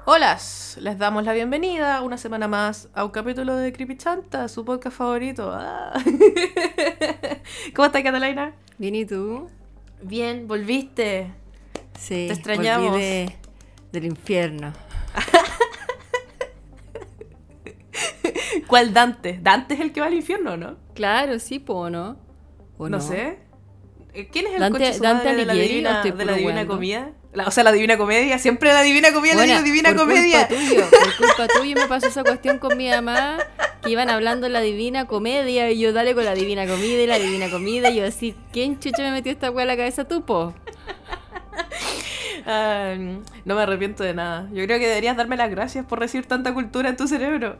Hola, les damos la bienvenida una semana más a un capítulo de Creepy Chanta, su podcast favorito. ¿Cómo estás, Catalina? Bien, ¿y tú? Bien, volviste. Sí, te extrañamos. Volví del infierno. ¿Cuál Dante? ¿Dante es el que va al infierno, no? Claro, sí, ¿no? ¿O no sé. ¿Quién es el Dante, coche su Dante madre de la Alighieri, Divina, o estoy de la puro divina hueando? Comedia? La Divina Comedia, siempre la Divina Comedia, Bueno, le digo Divina por Comedia. Por culpa tuya me pasó esa cuestión con mi mamá, que iban hablando de la Divina Comedia, y yo dale con la Divina Comida y la Divina Comida, y yo así, ¿quién chucha me metió esta wea a la cabeza, tú, po? No me arrepiento de nada. Yo creo que deberías darme las gracias por recibir tanta cultura en tu cerebro.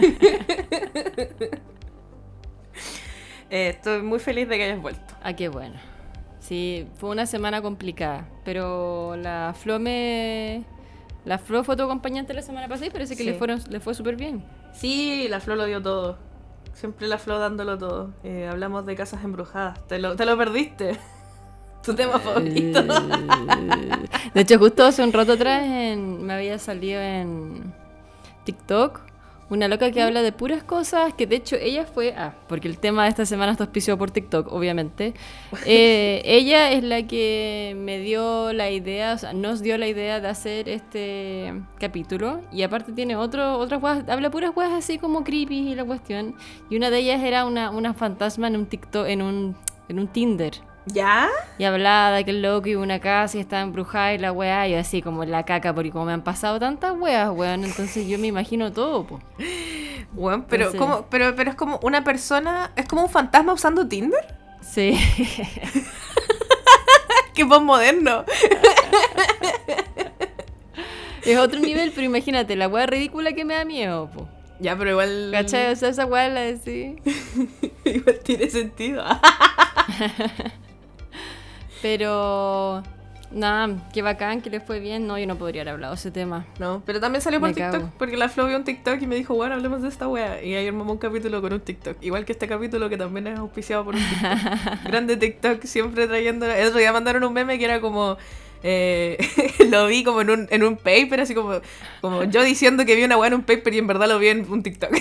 Estoy muy feliz de que hayas vuelto. Ah, qué bueno. Sí, fue una semana complicada, pero la Flo fue tu acompañante la semana pasada y parece que Sí. le fue súper bien. Sí, la Flo lo dio todo. Siempre la Flo dándolo todo. Hablamos de casas embrujadas. Te lo perdiste. Tu tema favorito. De hecho, justo hace un rato atrás me había salido en TikTok una loca que habla de puras cosas, que de hecho ella fue... porque el tema de esta semana está auspiciado por TikTok, obviamente. Ella es la que me dio la idea, o sea, nos dio la idea de hacer este capítulo. Y aparte tiene otras weas, habla puras weas así como creepy y la cuestión. Y una de ellas era una fantasma en un TikTok, en un Tinder. ¿Ya? Y hablaba de que el loco iba a una casa y estaba embrujada y la weá, y así como en la caca, porque como me han pasado tantas weas, weón, entonces yo me imagino todo, po. Bueno, pero, Entonces- pero es como una persona, es como un fantasma usando Tinder. Sí. ¡Qué postmoderno! Es otro nivel, pero imagínate, la weá ridícula que me da miedo, po. Ya, pero igual... ¿Cachai? O sea, esa weá la de igual tiene sentido. Pero... Nada, qué bacán, que le fue bien. No, yo no podría haber hablado de ese tema. No, pero también salió por Me TikTok, cago. porque la Flo vio un TikTok y me dijo, bueno, hablemos de esta wea. Y ayer armamos un capítulo con un TikTok. Igual que este capítulo que también es auspiciado por un TikTok. Grande TikTok, siempre trayendo... El otro día mandaron un meme que era como... lo vi como en un paper, así como yo diciendo que vi una wea en un paper y en verdad lo vi en un TikTok.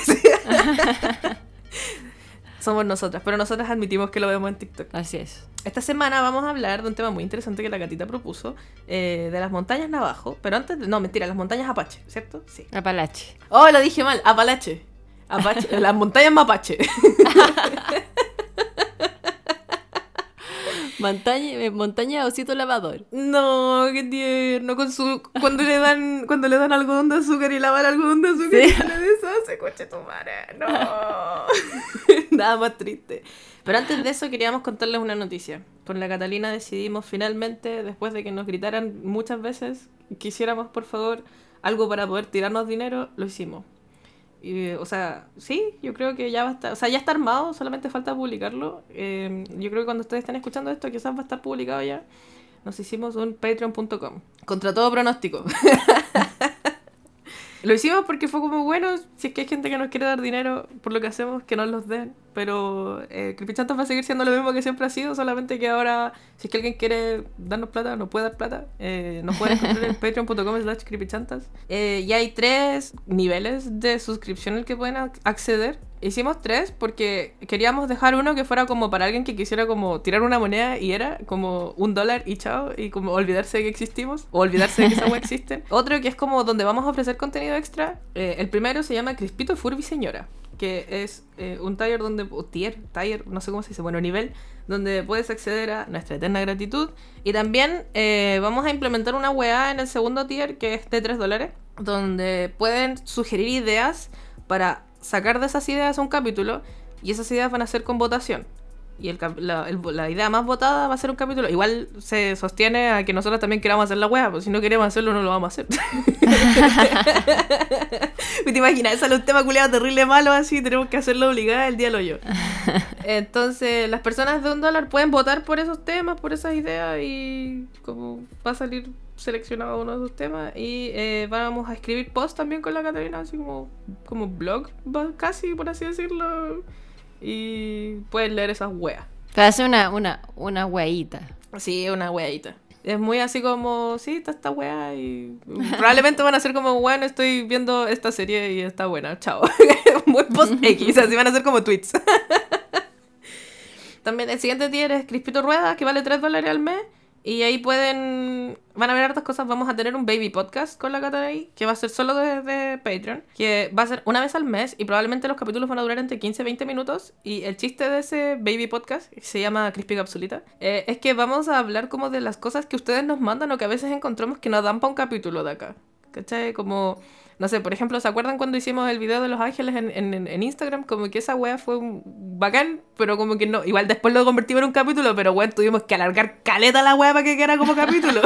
Somos nosotras, pero nosotras admitimos que lo vemos en TikTok. Así es. Esta semana vamos a hablar de un tema muy interesante que la gatita propuso, de las montañas Navajo, pero antes, no, mentira, las montañas Apache, ¿cierto? Sí. Apalache. Oh, lo dije mal, Apalache. Las montañas Mapache. Montaña Osito Lavador. No, qué tierno, cuando le dan algodón de azúcar y lavar algodón de azúcar y Sí. se le deshace, coche tu madre. No. Nada más triste. Pero antes de eso queríamos contarles una noticia. Con la Catalina decidimos finalmente, después de que nos gritaran muchas veces, que hiciéramos por favor algo para poder tirarnos dinero, lo hicimos. Y, o sea, sí, yo creo que ya va a estar, o sea, ya está armado, solamente falta publicarlo. Yo creo que cuando ustedes estén escuchando esto, quizás va a estar publicado ya. Nos hicimos un patreon.com, contra todo pronóstico. Lo hicimos porque fue como, bueno, si es que hay gente que nos quiere dar dinero por lo que hacemos, que nos los den. Pero Creepy Chantas va a seguir siendo lo mismo que siempre ha sido, solamente que ahora, si es que alguien quiere darnos plata, nos puede dar plata, nos pueden encontrar en patreon.com/creepychantas. Y hay 3 niveles de suscripción al que pueden acceder. Hicimos 3 porque queríamos dejar uno que fuera como para alguien que quisiera como tirar una moneda y era como $1 y chao, y como olvidarse de que existimos o olvidarse de que esa wea existe. Otro que es como donde vamos a ofrecer contenido extra. El primero se llama Crispito Furby Señora, que es un tier donde, o tier, no sé cómo se dice, bueno, nivel donde puedes acceder a nuestra eterna gratitud. Y también vamos a implementar una weá en el segundo tier que es de $3, donde pueden sugerir ideas para sacar de esas ideas un capítulo, y esas ideas van a ser con votación. Y la idea más votada va a ser un capítulo. Igual se sostiene a que nosotros también queramos hacer la wea, pues si no queremos hacerlo no lo vamos a hacer. ¿Te imaginas? Sale un tema culiado terrible malo así, tenemos que hacerlo obligada el día del hoyo. Entonces las personas de $1 pueden votar por esos temas, por esas ideas, y como va a salir seleccionado uno de esos temas, y vamos a escribir post también con la Catalina, así como blog, casi por así decirlo. Y pueden leer esas weas. Te hace una hueíta. Sí, una weadita. Es muy así como, sí, está esta weá y probablemente van a ser como, bueno, estoy viendo esta serie y está buena, chao. Muy post-X, así van a ser como tweets. También el siguiente tier es Crispito Rueda, que vale $3 al mes. Y ahí van a ver hartas cosas. Vamos a tener un baby podcast con la Cataraí, que va a ser solo de Patreon, que va a ser una vez al mes y probablemente los capítulos van a durar entre 15 y 20 minutos. Y el chiste de ese baby podcast, que se llama Crispy Capsulita, es que vamos a hablar como de las cosas que ustedes nos mandan o que a veces encontramos que nos dan para un capítulo de acá. ¿Cachai? Como, no sé, por ejemplo, ¿se acuerdan cuando hicimos el video de Los Ángeles en Instagram? Como que esa wea fue bacán, pero como que no. Igual después lo convertimos en un capítulo, pero bueno, tuvimos que alargar caleta la wea para que quedara como capítulo.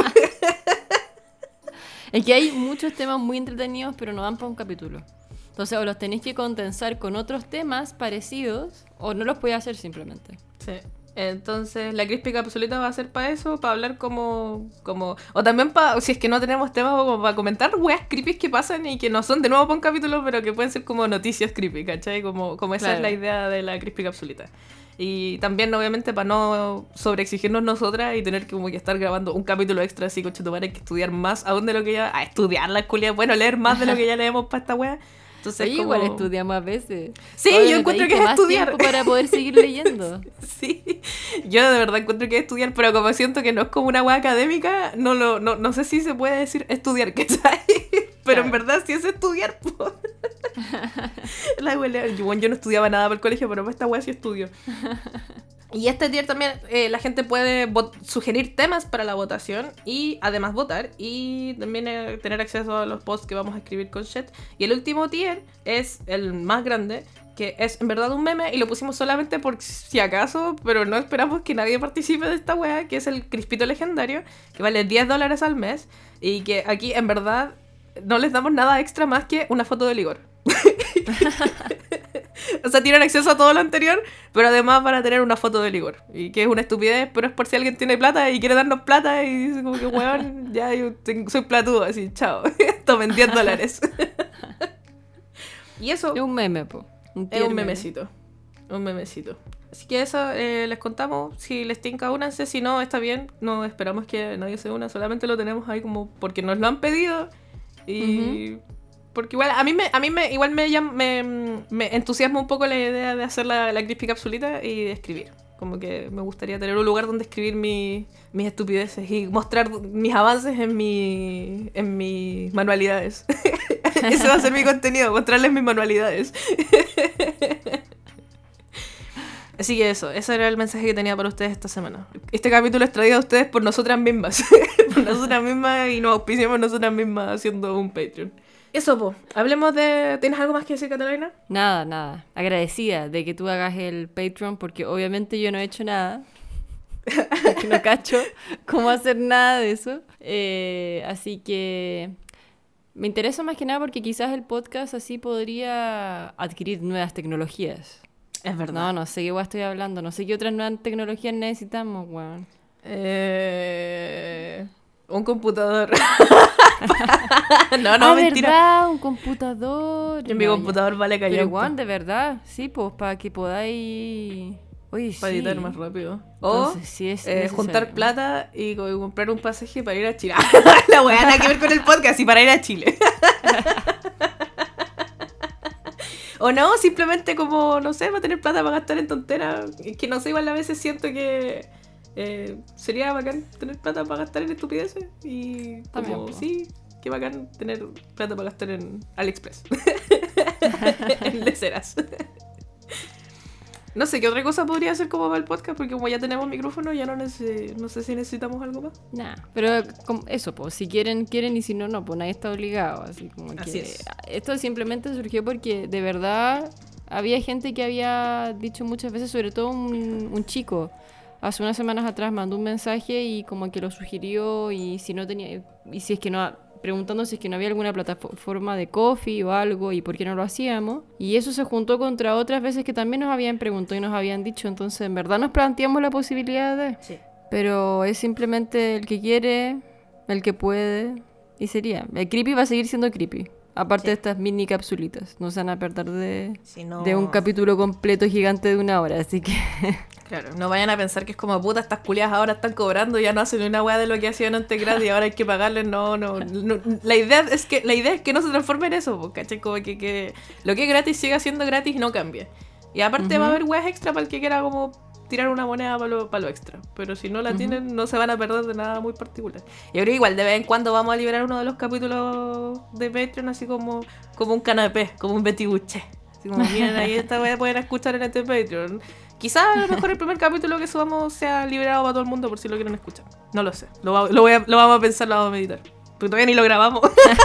Es que hay muchos temas muy entretenidos, pero no dan para un capítulo. Entonces, o los tenéis que condensar con otros temas parecidos, o no los podéis hacer simplemente. Sí. Entonces la Crispy Capsulita va a ser para eso, para hablar como o también para, si es que no tenemos temas, como para comentar weas creepy que pasan y que no son de nuevo para un capítulo, pero que pueden ser como noticias creepy, ¿cachai? Como esa Claro. es la idea de la Crispy Capsulita. Y también, obviamente, para no sobreexigirnos nosotras y tener que como que estar grabando un capítulo extra así, coche, tomar, hay que estudiar más aún de lo que ya... A estudiar la culia, bueno, leer más de lo que ya leemos para esta wea. Entonces, Oye, como... igual estudiamos a veces. Sí, Obviamente, yo encuentro hay que es más estudiar. tiempo para poder seguir leyendo. Sí, yo de verdad encuentro que es estudiar, pero como siento que no es como una wea académica, no sé si se puede decir estudiar, ¿cachai? Pero Claro. en verdad sí es estudiar, po. La wea, yo no estudiaba nada para el colegio, pero para esta wea sí estudio. Y este tier también la gente puede sugerir temas para la votación y además votar y también tener acceso a los posts que vamos a escribir con Shet. Y el último tier es el más grande, que es en verdad un meme y lo pusimos solamente por si acaso, pero no esperamos que nadie participe de esta wea, que es el Crispito Legendario, que vale $10 al mes y que aquí en verdad no les damos nada extra más que una foto de Ligor. O sea, tienen acceso a todo lo anterior, pero además van a tener una foto de Ligor. Y que es una estupidez, pero es por si alguien tiene plata y quiere darnos plata y dice como que, weón, ya yo soy platudo, así, chao. Tomen $10. Y eso Es un meme, po. es tier un meme. memecito. Un memecito. Así que eso les contamos. Si les tinca, únanse. Si no, está bien. No esperamos que nadie se una. Solamente lo tenemos ahí como porque nos lo han pedido. Y... Porque igual, a mí igual me entusiasma un poco la idea de hacer la Crispy Capsulita y de escribir. Como que me gustaría tener un lugar donde escribir mis estupideces y mostrar mis avances en mis manualidades. Ese va a ser mi contenido, mostrarles mis manualidades. Así que ese era el mensaje que tenía para ustedes esta semana. Este capítulo es traído a ustedes por nosotras mismas. Por nosotras mismas y nos auspiciamos nosotras mismas haciendo un Patreon. Eso, po. Hablemos de... ¿Tienes algo más que decir, Catalina? Nada. Agradecida de que tú hagas el Patreon porque obviamente yo no he hecho nada. Porque no cacho cómo hacer nada de eso. Así que me interesa más que nada porque quizás el podcast así podría adquirir nuevas tecnologías. Es verdad. No sé qué guay estoy hablando. No sé qué otras nuevas tecnologías necesitamos, weón. Un computador. No, mentira. ¿Verdad? Un computador. Mi computador vale Pero callar. igual, de verdad, sí, pues para que podáis... Oye, Para sí. editar más rápido. O Entonces, sí es necesario. juntar plata y comprar un pasaje para ir a Chile. La weá, nada que ver con el podcast y para ir a Chile. O no, simplemente como, no sé, para tener plata para gastar en tonteras. Es que no sé, igual a veces siento que sería bacán tener plata para gastar en estupideces. Y También, como, po. sí, qué bacán tener plata para gastar en AliExpress. En leceras. No sé, ¿qué otra cosa podría hacer como para el podcast? Porque como ya tenemos micrófono, ya no sé si necesitamos algo más. Nah, pero eso, pues, si quieren y si no, no, pues nadie está obligado. Así como Así que es. esto simplemente surgió porque de verdad había gente que había dicho muchas veces, sobre todo un chico, hace unas semanas atrás mandó un mensaje y como que lo sugirió y si no tenía, y si es que no, preguntando si es que no había alguna plataforma de Ko-fi o algo y por qué no lo hacíamos. Y eso se juntó contra otras veces que también nos habían preguntado y nos habían dicho. Entonces, en verdad nos planteamos la posibilidad de... Sí. Pero es simplemente el que quiere, el que puede, y sería. El creepy va a seguir siendo creepy. Aparte Sí. de estas mini capsulitas. No se van a perder Si no, de un capítulo completo gigante de 1 hora, así que... claro, no vayan a pensar que es como puta, estas culiadas ahora están cobrando y ya no hacen ni una weá de lo que hacían antes gratis y ahora hay que pagarles. No. La idea es que no se transforme en eso, pues, ¿cachai? Como que lo que es gratis siga siendo gratis y no cambie. Y aparte va a haber weas extra para el que quiera como tirar una moneda para lo extra. Pero si no la tienen, no se van a perder de nada muy particular. Y ahora igual, de vez en cuando vamos a liberar uno de los capítulos de Patreon así como un canapé, como un Betty Buché. Así como, miren, ahí esta wea pueden escuchar en este Patreon. Quizás a lo mejor el primer capítulo que subamos sea liberado para todo el mundo por si lo quieren escuchar. No lo sé. Lo vamos a pensar, lo vamos a meditar. Porque todavía ni lo grabamos.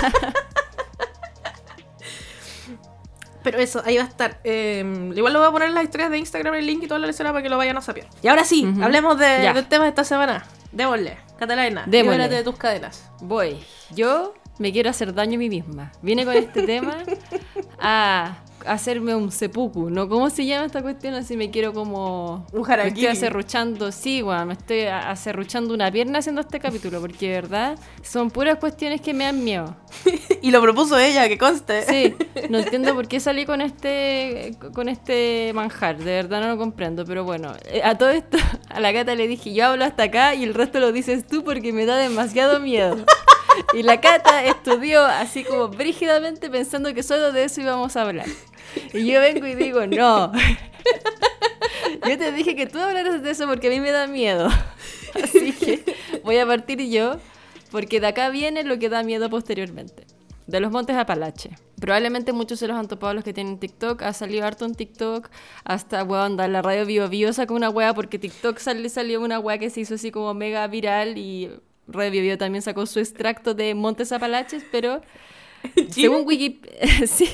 Pero eso, ahí va a estar. Igual lo voy a poner en las historias de Instagram, el link y toda la lección para que lo vayan a sapear. Y ahora sí, hablemos del tema de esta semana. Démosle. Catalina, libérate de tus cadenas. Voy. Yo me quiero hacer daño a mí misma. Vine con este tema a hacerme un seppuku, ¿no? ¿Cómo se llama esta cuestión? Así me quiero como... Un harakiri. Me estoy acerruchando, sí, weón, me estoy acerruchando una pierna haciendo este capítulo, porque de verdad son puras cuestiones que me dan miedo. Y lo propuso ella, que conste. Sí, no entiendo por qué salí con este manjar, de verdad no lo comprendo, pero bueno, a todo esto, a la Cata le dije, yo hablo hasta acá y el resto lo dices tú porque me da demasiado miedo. Y la Cata estudió así como brígidamente pensando que solo de eso íbamos a hablar. Y yo vengo y digo, no. Yo te dije que tú hablaras de eso porque a mí me da miedo. Así que voy a partir yo, porque de acá viene lo que da miedo posteriormente. De los Montes Apalache. Probablemente muchos se los han topado los que tienen TikTok. Ha salido harto en TikTok. Hasta, weón, la radio Bio Bio sacó una wea porque TikTok salió una wea que se hizo así como mega viral y Radio Bio Bio también sacó su extracto de Montes Apalaches, pero según Wikipedia... sí.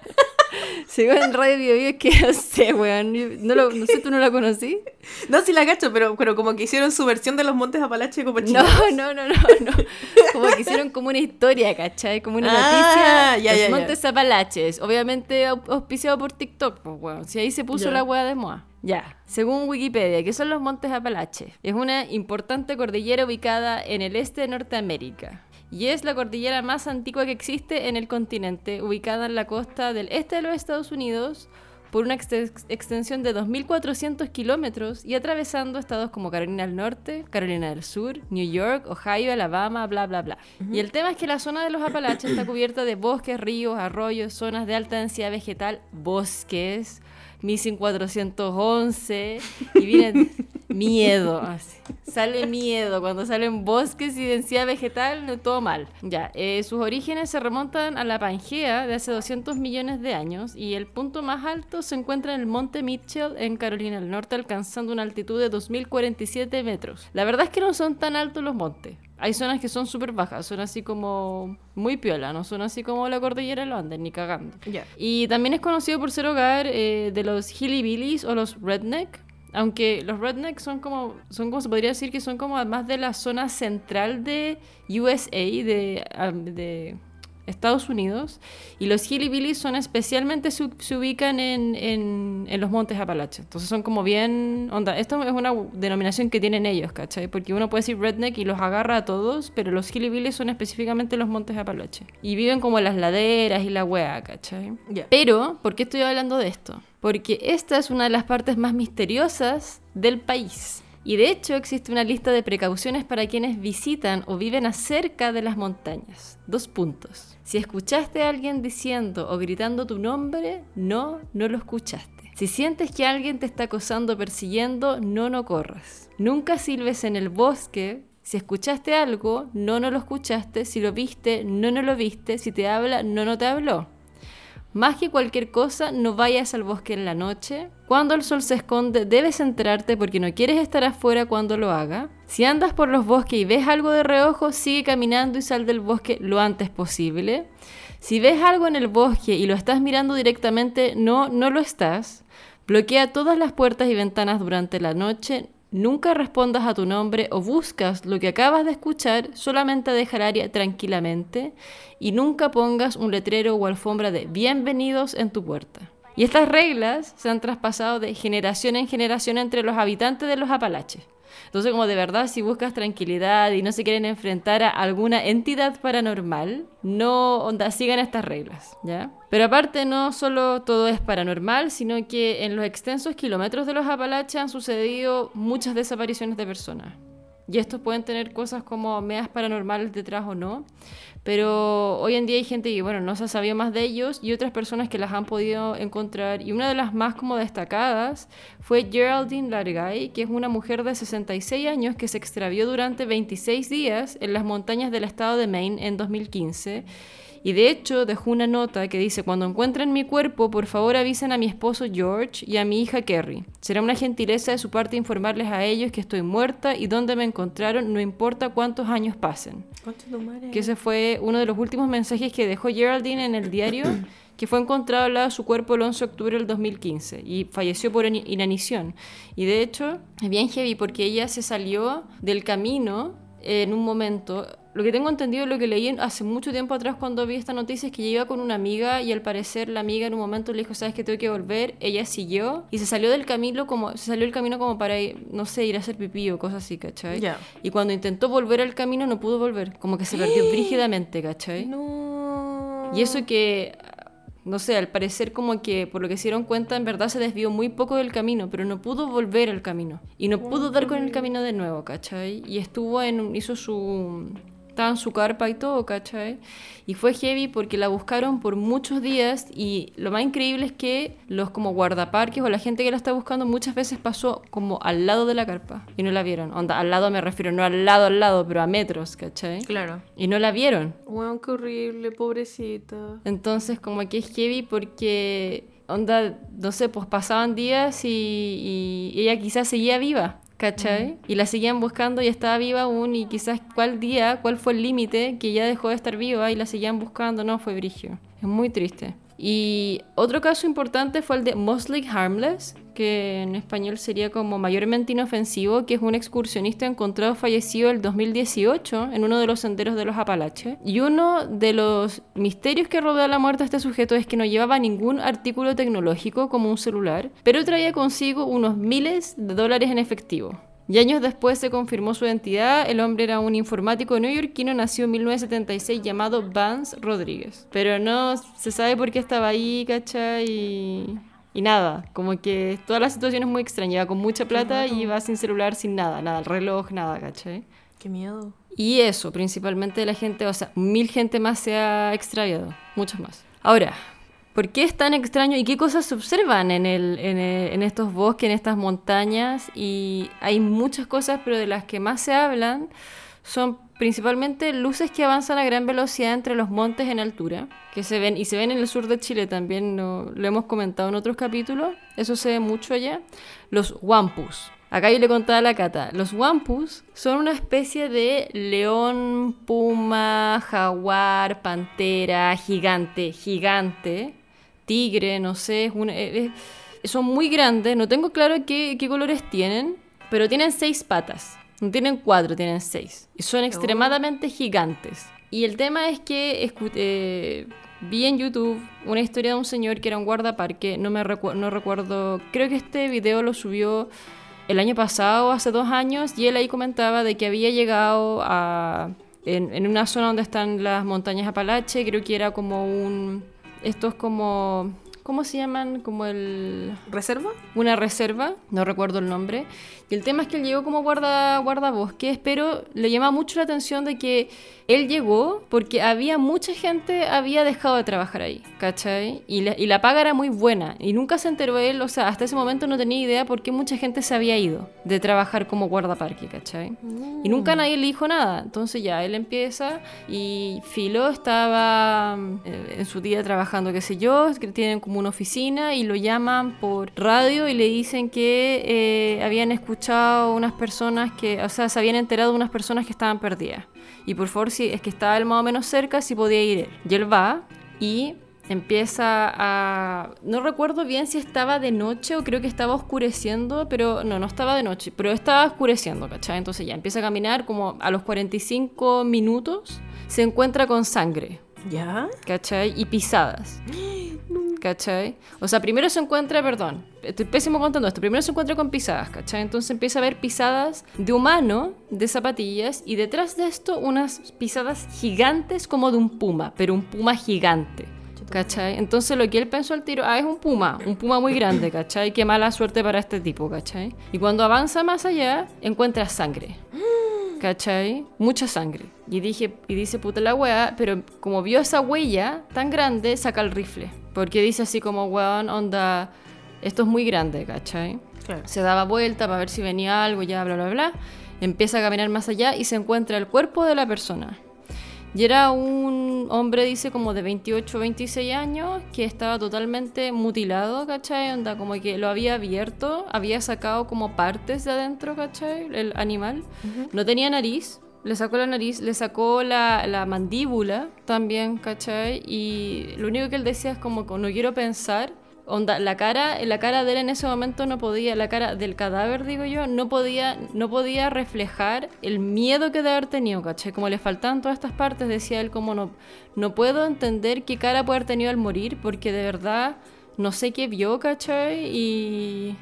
Según Radio Bio Bio, es que no sé, weón. No sé, ¿tú no la conocí? No, sí la cacho, pero como que hicieron su versión de los Montes Apalache como chinos. No. Como que hicieron como una historia, ¿cachai? Como una noticia. Los Montes Apalaches. Obviamente auspiciado por TikTok, pues, weón. Si ahí se puso la weá de moda. Ya, según Wikipedia, ¿qué son los Montes Apalaches? Es una importante cordillera ubicada en el este de Norteamérica. Y es la cordillera más antigua que existe en el continente, ubicada en la costa del este de los Estados Unidos, por una extensión de 2.400 kilómetros y atravesando estados como Carolina del Norte, Carolina del Sur, New York, Ohio, Alabama, bla, bla, bla. Y el tema es que la zona de los Apalaches está cubierta de bosques, ríos, arroyos, zonas de alta densidad vegetal, bosques, 1411, y viene miedo, así. Sale miedo cuando salen bosques y densidad vegetal, no, todo mal. Ya, sus orígenes se remontan a la Pangea de hace 200 millones de años y el punto más alto se encuentra en el Monte Mitchell en Carolina del Norte, alcanzando una altitud de 2.047 metros. La verdad es que no son tan altos los montes. Hay zonas que son súper bajas, son así como muy piola, no son así como la cordillera de los Andes, ni cagando. Yeah. Y también es conocido por ser hogar de los hillbillies o los redneck, aunque los rednecks son como se podría decir que son como más de la zona central de USA, de Estados Unidos, y los hillbillies son especialmente se ubican en los Montes Apalaches. Entonces son como bien onda. Esto es una denominación que tienen ellos, ¿cachai? Porque uno puede decir redneck y los agarra a todos, pero los hillbillies son específicamente los Montes Apalaches y viven como en las laderas y la wea, ¿cachai? Yeah. Pero, ¿por qué estoy hablando de esto? Porque esta es una de las partes más misteriosas del país. Y de hecho existe una lista de precauciones para quienes visitan o viven acerca de las montañas. 2 puntos. Si escuchaste a alguien diciendo o gritando tu nombre, no lo escuchaste. Si sientes que alguien te está acosando o persiguiendo, no corras. Nunca silbes en el bosque. Si escuchaste algo, no lo escuchaste. Si lo viste, no lo viste. Si te habla, no te habló. Más que cualquier cosa, no vayas al bosque en la noche. Cuando el sol se esconde, debes enterarte porque no quieres estar afuera cuando lo haga. Si andas por los bosques y ves algo de reojo, sigue caminando y sal del bosque lo antes posible. Si ves algo en el bosque y lo estás mirando directamente, no lo estás. Bloquea todas las puertas y ventanas durante la noche. Nunca respondas a tu nombre o buscas lo que acabas de escuchar, solamente deja el área tranquilamente y nunca pongas un letrero o alfombra de bienvenidos en tu puerta. Y estas reglas se han traspasado de generación en generación entre los habitantes de los Apalaches. Entonces, como de verdad, si buscas tranquilidad y no se quieren enfrentar a alguna entidad paranormal, no sigan estas reglas, ¿ya? Pero aparte, no solo todo es paranormal, sino que en los extensos kilómetros de los Apalaches han sucedido muchas desapariciones de personas. Y estos pueden tener cosas como medias paranormales detrás o no, pero hoy en día hay gente que, bueno, no se ha sabido más de ellos y otras personas que las han podido encontrar. Y una de las más como destacadas fue Geraldine Largay, que es una mujer de 66 años que se extravió durante 26 días en las montañas del estado de Maine en 2015. Y de hecho dejó una nota que dice: cuando encuentren mi cuerpo, por favor avisen a mi esposo George y a mi hija Kerry. Será una gentileza de su parte informarles a ellos que estoy muerta y dónde me encontraron, no importa cuántos años pasen. Que ese fue uno de los últimos mensajes que dejó Geraldine en el diario, que fue encontrado al lado de su cuerpo el 11 de octubre del 2015 y falleció por inanición. Y de hecho es bien heavy porque ella se salió del camino en un momento. Lo que tengo entendido, lo que leí hace mucho tiempo atrás cuando vi esta noticia, es que ella iba con una amiga y al parecer la amiga en un momento le dijo: ¿sabes que tengo que volver? Ella siguió y se salió del camino como para ir, no sé, ir a hacer pipí o cosas así, ¿cachai? Yeah. Y cuando intentó volver al camino no pudo volver, como que se perdió brígidamente, ¿cachai? No. Y eso que, no sé, al parecer como que por lo que se dieron cuenta, en verdad se desvió muy poco del camino, pero no pudo volver al camino y no pudo dar con el camino de nuevo, ¿cachai? Y estaba en su carpa y todo, ¿cachai? Y fue heavy porque la buscaron por muchos días y lo más increíble es que los como guardaparques o la gente que la está buscando muchas veces pasó como al lado de la carpa y no la vieron. Onda, al lado me refiero, no al lado, pero a metros, ¿cachai? Claro. Y no la vieron. Wow, qué horrible, pobrecita. Entonces como que es heavy porque, onda, no sé, pues pasaban días y ella quizás seguía viva, ¿cachai? Y la seguían buscando y estaba viva aún y quizás cuál fue el límite que ya dejó de estar viva y la seguían buscando. No, fue brigio. Es muy triste. Y otro caso importante fue el de Mostly Harmless, que en español sería como mayormente inofensivo, que es un excursionista encontrado fallecido el 2018 en uno de los senderos de los Apalaches. Y uno de los misterios que rodea la muerte de este sujeto es que no llevaba ningún artículo tecnológico como un celular, pero traía consigo unos miles de dólares en efectivo. Y años después se confirmó su identidad. El hombre era un informático neoyorquino nacido en 1976 llamado Vance Rodríguez. Pero no se sabe por qué estaba ahí, ¿cachai? Y nada, como que toda la situación es muy extraña. Iba con mucha plata y iba sin celular, sin nada, el reloj, nada, ¿cachai? Qué miedo. Y eso, principalmente la gente, o sea, 1000 gente más se ha extraviado, muchos más. Ahora, ¿por qué es tan extraño y qué cosas se observan en estos bosques, en estas montañas? Y hay muchas cosas, pero de las que más se hablan son principalmente luces que avanzan a gran velocidad entre los montes en altura, que se ven en el sur de Chile también, lo hemos comentado en otros capítulos, eso se ve mucho allá. Los wampus. Acá yo le contaba a la Cata, los wampus son una especie de león, puma, jaguar, pantera, gigante, tigre, no sé, son muy grandes, no tengo claro qué colores tienen, pero tienen 6 patas, no tienen 4, tienen 6, y son extremadamente gigantes. Y el tema es que vi en YouTube una historia de un señor que era un guardaparque, no recuerdo, creo que este video lo subió el año pasado, hace 2 años, y él ahí comentaba de que había llegado en una zona donde están las montañas Apalache, creo que era como estos como, ¿cómo se llaman? Como ¿Reserva? Una reserva, no recuerdo el nombre. Y el tema es que él llegó como guardabosques, pero le llama mucho la atención de que él llegó porque mucha gente había dejado de trabajar ahí, ¿cachai? Y la paga era muy buena. Y nunca se enteró él, o sea, hasta ese momento no tenía idea por qué mucha gente se había ido de trabajar como guardaparque, ¿cachai? Y nunca nadie le dijo nada. Entonces ya él empieza y Filo estaba en su día trabajando, qué sé yo, que tienen como una oficina y lo llaman por radio y le dicen que habían escuchado unas personas que, o sea, se habían enterado de unas personas que estaban perdidas. Y por favor, si es que estaba él más o menos cerca, si podía ir él. Y él va y empieza no recuerdo bien si estaba de noche o creo que estaba oscureciendo, pero no estaba de noche, pero estaba oscureciendo, ¿cachai? Entonces ya empieza a caminar, como a los 45 minutos se encuentra con sangre. ¿Ya? ¿Cachai? Y pisadas. ¿cachai? O sea, primero se encuentra, perdón, estoy pésimo contando esto, primero se encuentra con pisadas, ¿cachai? Entonces empieza a ver pisadas de humano, de zapatillas, y detrás de esto unas pisadas gigantes como de un puma, pero un puma gigante, ¿cachai? Entonces lo que él pensó al tiro, es un puma muy grande, ¿cachai? Qué mala suerte para este tipo, ¿cachai? Y cuando avanza más allá, encuentra sangre, ¿cachai? Mucha sangre. Y dice, puta la wea, pero como vio esa huella tan grande, saca el rifle. Porque dice así como, weón, onda, esto es muy grande, ¿cachai? Claro. Se daba vuelta para ver si venía algo, ya, bla, bla, bla. Empieza a caminar más allá y se encuentra el cuerpo de la persona. Y era un hombre, dice, como de 28 o 26 años, que estaba totalmente mutilado, ¿cachai? Onda, como que lo había abierto, había sacado como partes de adentro, ¿cachai? El animal. No tenía nariz, le sacó la nariz, le sacó la mandíbula también, ¿cachai? Y lo único que él decía es como, no quiero pensar. Onda, la cara de él en ese momento no podía, la cara del cadáver, digo yo, no podía reflejar el miedo que debe haber tenido, ¿cachai? Como le faltaban todas estas partes, decía él como no puedo entender qué cara puede haber tenido al morir, porque de verdad no sé qué vio, ¿cachai? Y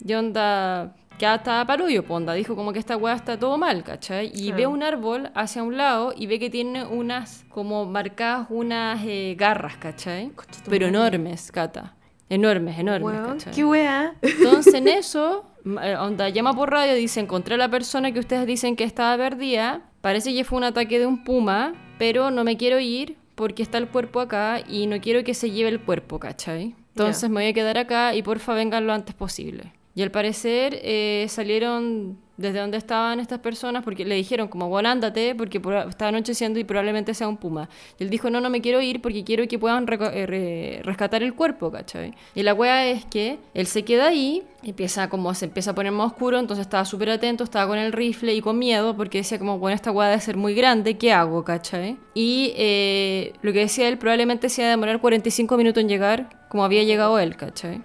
onda, ya estaba parullo, pues onda, dijo como que esta weá está todo mal, ¿cachai? Y Claro. ve un árbol hacia un lado y ve que tiene unas, como marcadas unas garras, ¿cachai? Pero enormes, Cata. Enormes, Weón, ¿cachai? qué wea. Entonces en eso, onda, llama por radio, dice, encontré a la persona que ustedes dicen que estaba perdida, parece que fue un ataque de un puma, pero no me quiero ir porque está el cuerpo acá y no quiero que se lleve el cuerpo, ¿cachai? Entonces me voy a quedar acá y porfa vengan lo antes posible. Y al parecer salieron desde donde estaban estas personas porque le dijeron como, bueno, ándate porque está anocheciendo y probablemente sea un puma. Y él dijo, no me quiero ir porque quiero que puedan rescatar el cuerpo, ¿cachai? Y la wea es que él se queda ahí, se empieza a poner más oscuro, entonces estaba súper atento, estaba con el rifle y con miedo porque decía como, bueno, esta wea debe ser muy grande, ¿qué hago, cachai? Y lo que decía él, probablemente se iba a demorar 45 minutos en llegar, como había llegado él, ¿cachai?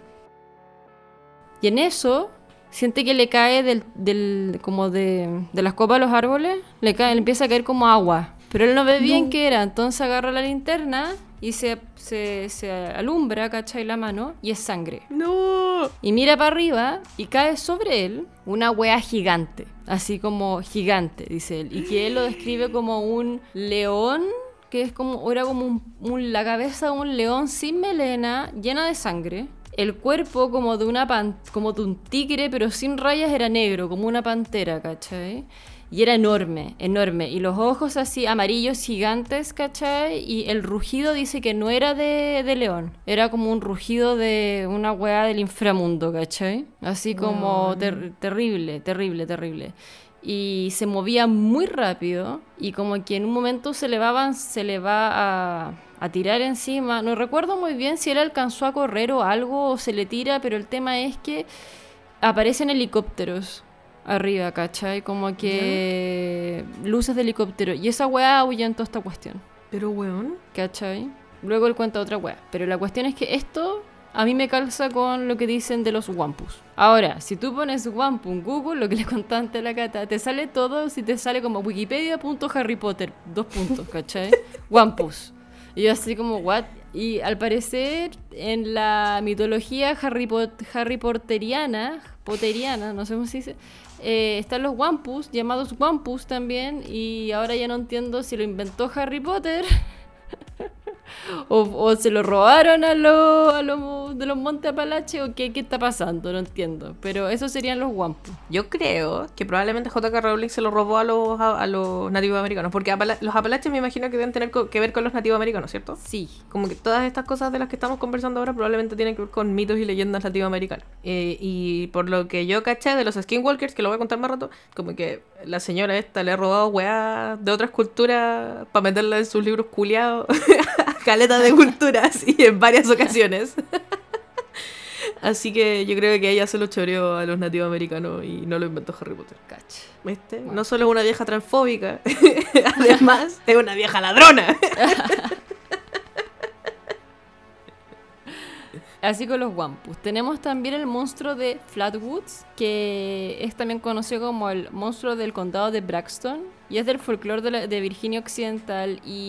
Y en eso siente que le cae como de las copas de los árboles, le empieza a caer como agua. Pero él no ve bien qué era, entonces agarra la linterna y se alumbra, ¿cachai? La mano y es sangre. No. Y mira para arriba y cae sobre él una wea gigante, así como gigante, dice él. Y que él lo describe como un león, que es como, era como la cabeza de un león sin melena, llena de sangre. El cuerpo como de un tigre, pero sin rayas, era negro, como una pantera, ¿cachai? Y era enorme, enorme. Y los ojos así amarillos gigantes, ¿cachai? Y el rugido dice que no era de león. Era como un rugido de una weá del inframundo, ¿cachai? Así como terrible, terrible, terrible. Y se movía muy rápido y como que en un momento se le va a tirar encima. No recuerdo muy bien si él alcanzó a correr o algo o se le tira, pero el tema es que aparecen helicópteros arriba, ¿cachai? Como que luces de helicóptero. Y esa weá ahuyentó esta cuestión, Pero weón. ¿cachai? Luego él cuenta otra weá. Pero la cuestión es que esto a mí me calza con lo que dicen de los wampus. Ahora, si tú pones wampu en Google, lo que le conté antes a la Cata, te sale todo, si te sale como wikipedia.harrypotter, ¿cachai? Wampus. Y yo así como, what? Y al parecer, en la mitología Harry Potteriana, no sé cómo se dice, están los wampus, llamados wampus también, y ahora ya no entiendo si lo inventó Harry Potter o se lo robaron a los de los Montes Apalaches o qué está pasando, no entiendo. Pero esos serían los wampus. Yo creo que probablemente J.K. Rowling se lo robó a los nativos americanos. Porque los Apalaches me imagino que deben tener que ver con los nativos americanos, ¿cierto? Sí. Como que todas estas cosas de las que estamos conversando ahora probablemente tienen que ver con mitos y leyendas latinoamericanas. Y por lo que yo caché de los Skinwalkers, que lo voy a contar más rato, como que la señora esta le ha robado weá de otras culturas para meterla en sus libros culiados. Caleta de culturas y en varias ocasiones. Así que yo creo que ella se lo choreó a los nativos americanos y no lo inventó Harry Potter. Cacha. ¿Viste? Bueno. No solo es una vieja transfóbica, además es una vieja ladrona. Así con los wampus. Tenemos también el monstruo de Flatwoods, que es también conocido como el monstruo del condado de Braxton, y es del folclore de Virginia Occidental, y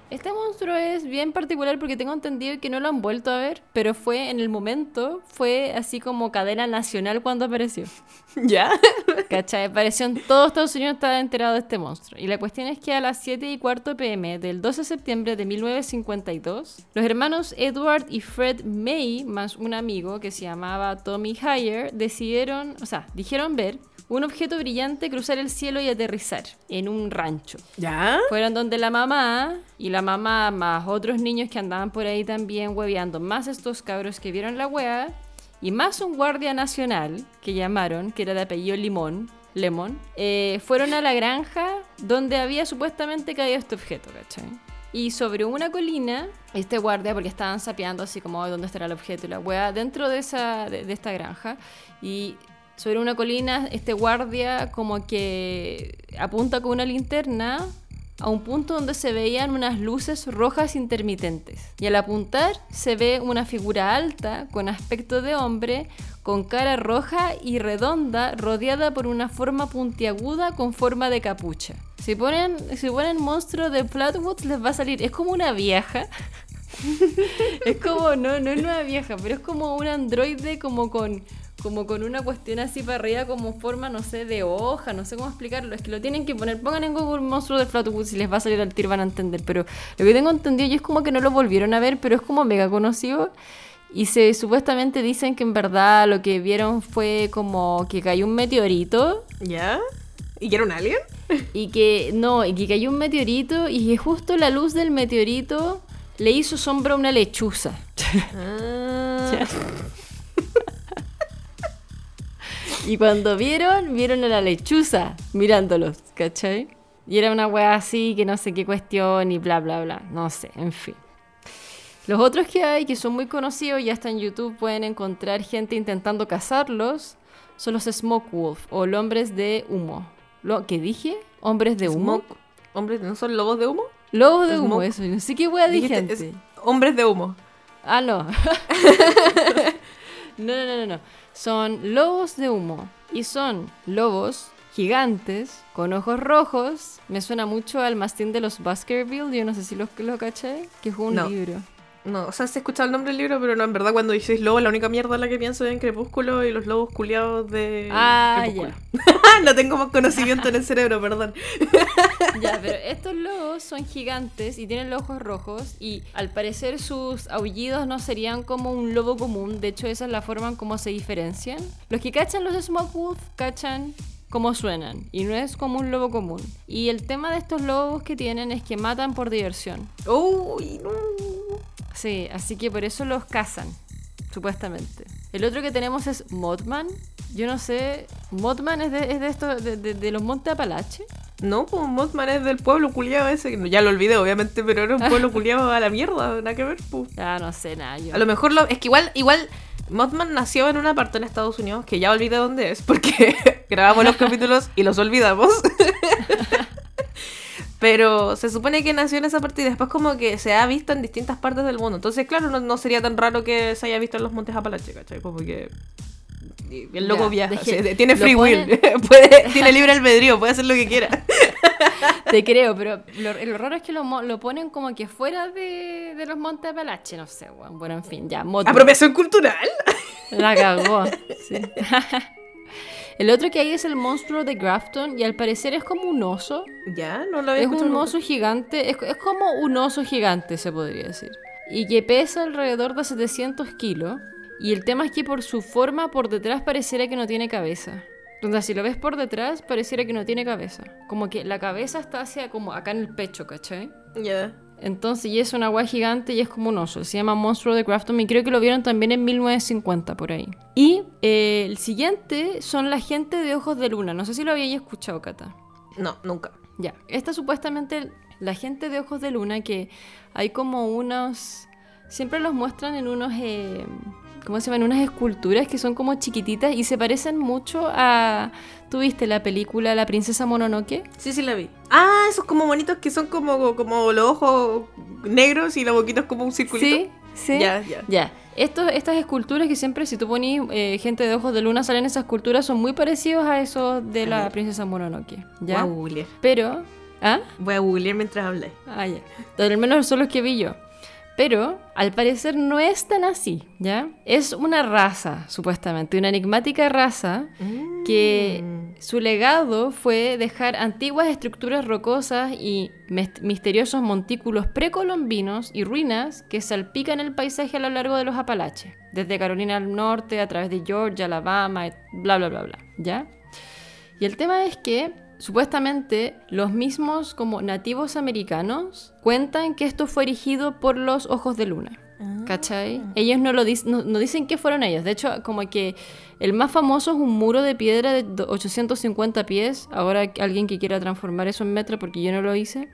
Este monstruo es bien particular porque tengo entendido que no lo han vuelto a ver, pero fue en el momento, fue así como cadena nacional cuando apareció. ¿Ya? ¿Cachai? Apareció en todo Estados Unidos, estaba enterado de este monstruo. Y la cuestión es que a las 7:15 p.m. del 12 de septiembre de 1952, los hermanos Edward y Fred May, más un amigo que se llamaba Tommy Hyer, dijeron ver un objeto brillante cruzar el cielo y aterrizar en un rancho. ¿Ya? Fueron donde la mamá más otros niños que andaban por ahí también hueveando, más estos cabros que vieron la wea, y más un guardia nacional que llamaron, que era de apellido Lemon, fueron a la granja donde había supuestamente caído este objeto, ¿cachai? Y sobre una colina, este guardia, porque estaban sapeando así como dónde estará el objeto y la wea, dentro de esta granja, y sobre una colina, este guardia como que apunta con una linterna a un punto donde se veían unas luces rojas intermitentes. Y al apuntar se ve una figura alta, con aspecto de hombre, con cara roja y redonda, rodeada por una forma puntiaguda con forma de capucha. Si ponen monstruo de Flatwoods les va a salir, es como una vieja. Es como, no es una vieja, pero es como un androide como con una cuestión así para arriba, como forma, no sé, de hoja, no sé cómo explicarlo. Es que lo tienen que poner, pongan en Google monstruo de Flatwoods y les va a salir al tiro, van a entender. Pero lo que tengo entendido yo es como que no lo volvieron a ver, pero es como mega conocido. Y supuestamente dicen que en verdad lo que vieron fue como que cayó un meteorito. ¿Ya? ¿Y que era un alien? Y que cayó un meteorito y que justo la luz del meteorito le hizo sombra a una lechuza. Y cuando vieron a la lechuza mirándolos, ¿cachai? Y era una wea así, que no sé qué cuestión y bla, bla, bla. No sé, en fin. Los otros que hay, que son muy conocidos, ya está en YouTube, pueden encontrar gente intentando cazarlos, son los Smoke Wolf, o los hombres de humo. ¿Qué dije? ¿Hombres de humo? ¿Hombres no son lobos de humo? Lobos de humo, eso. No sé qué wea dije antes. Hombres de humo. Ah, no. No. Son lobos de humo. Y son lobos gigantes, con ojos rojos. Me suena mucho al mastín de los Baskerville. Yo no sé si lo caché. Que es un libro. No, o sea, se escucha el nombre del libro, pero no, en verdad cuando dices lobo, la única mierda en la que pienso es en Crepúsculo y los lobos culiados de Crepúsculo. Ya. No tengo más conocimiento en el cerebro, perdón. Ya, pero estos lobos son gigantes y tienen los ojos rojos y al parecer sus aullidos no serían como un lobo común. De hecho, esa es la forma en cómo se diferencian. Los que cachan los Smoke Wolf cachan cómo suenan y no es como un lobo común. Y el tema de estos lobos que tienen es que matan por diversión. ¡Uy, no! Sí, así que por eso los cazan, supuestamente. El otro que tenemos es Mothman. Yo no sé, ¿Mothman es de los Montes Apalache? No, pues Mothman es del pueblo culiado ese, que ya lo olvidé obviamente, pero era un pueblo culiado a la mierda, nada que ver, pues. Ah, no sé, nada. A lo mejor es que igual Mothman nació en una parte en Estados Unidos, que ya olvidé dónde es, porque grabamos los capítulos y los olvidamos. Pero se supone que nació en esa parte y después como que se ha visto en distintas partes del mundo. Entonces, claro, no sería tan raro que se haya visto en los Montes Apalache, ¿cachai? Porque el loco viaja, tiene free will, tiene libre albedrío, puede hacer lo que quiera. Te creo, pero lo raro es que lo ponen como que fuera de los Montes Apalache, no sé, bueno, en fin, ya. ¿Apropiación cultural? La cagó, sí. El otro que hay es el monstruo de Grafton y al parecer es como un oso. Ya, no lo había escuchado. Es un oso gigante, es como un oso gigante se podría decir. Y que pesa alrededor de 700 kilos. Y el tema es que por su forma por detrás pareciera que no tiene cabeza. Entonces si lo ves por detrás pareciera que no tiene cabeza. Como que la cabeza está hacia como acá en el pecho, ¿cachai? Ya. Yeah. Entonces, y es una guay gigante y es como un oso. Se llama Monstruo de Grafton y creo que lo vieron también en 1950 por ahí. Y el siguiente son la gente de ojos de luna. No sé si lo habíais escuchado, Cata. No, nunca. Ya, esta supuestamente la gente de ojos de luna que hay como unos... Siempre los muestran en unos... ¿cómo se llaman? Unas esculturas que son como chiquititas y se parecen mucho a... ¿Tú viste la película La princesa Mononoke? Sí, la vi. Ah, esos como monitos que son como los ojos negros y la boquita es como un circulito. Sí. Ya. Estas esculturas que siempre, si tú pones gente de ojos de luna, salen esas esculturas, son muy parecidos a esos de la princesa Mononoke. ¿Ya? Wow, pero ¿Ah? Voy a googlear mientras habláis. Ah, ya. Pero al menos son los que vi yo. Pero, al parecer, no es tan así, ¿ya? Es una raza, supuestamente, una enigmática raza que su legado fue dejar antiguas estructuras rocosas y misteriosos montículos precolombinos y ruinas que salpican el paisaje a lo largo de los Apalaches, desde Carolina del Norte, a través de Georgia, Alabama, bla, bla, bla, bla, ¿ya? Y el tema es que supuestamente los mismos como nativos americanos cuentan que esto fue erigido por los ojos de luna. ¿Cachai? Ellos no dicen que fueron ellos. De hecho, como que el más famoso es un muro de piedra de 850 pies. Ahora alguien que quiera transformar eso en metro, porque yo no lo hice.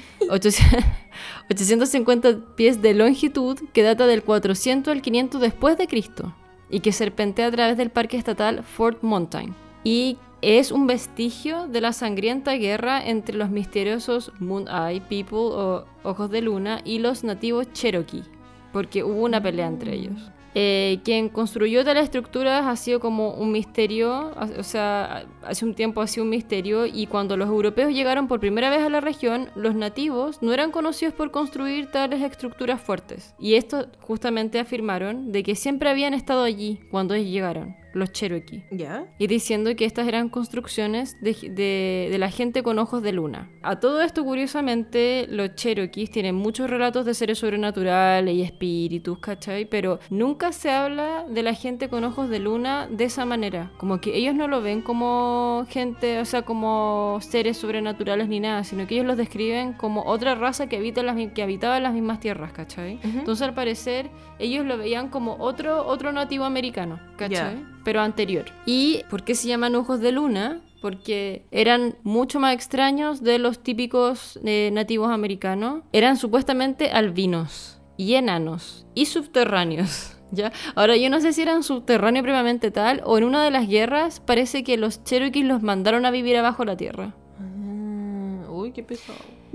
850 pies de longitud que data del 400 al 500 después de Cristo y que serpentea a través del parque estatal Fort Mountain. Y es un vestigio de la sangrienta guerra entre los misteriosos Moon Eye People o Ojos de Luna y los nativos Cherokee, porque hubo una pelea entre ellos. Quien construyó tal estructura ha sido como un misterio, o sea, hace un tiempo ha sido un misterio, y cuando los europeos llegaron por primera vez a la región, los nativos no eran conocidos por construir tales estructuras fuertes. Y esto justamente afirmaron de que siempre habían estado allí cuando ellos llegaron, los Cherokee. ¿Ya? Y diciendo que estas eran construcciones de la gente con ojos de luna. A todo esto, curiosamente, los Cherokees tienen muchos relatos de seres sobrenaturales y espíritus, ¿cachai? Pero nunca se habla de la gente con ojos de luna de esa manera. Como que ellos no lo ven como gente, o sea, como seres sobrenaturales ni nada, sino que ellos los describen como otra raza que habitaba en las mismas tierras, ¿cachai? Entonces, al parecer, ellos lo veían como otro nativo americano, ¿cachai? Yeah. Pero anterior. ¿Y por qué se llaman ojos de luna? Porque eran mucho más extraños de los típicos nativos americanos. Eran supuestamente albinos y enanos y subterráneos, ¿ya? Ahora, yo no sé si eran subterráneos previamente tal, o en una de las guerras parece que los Cherokees los mandaron a vivir abajo la tierra. Uy, qué pesado.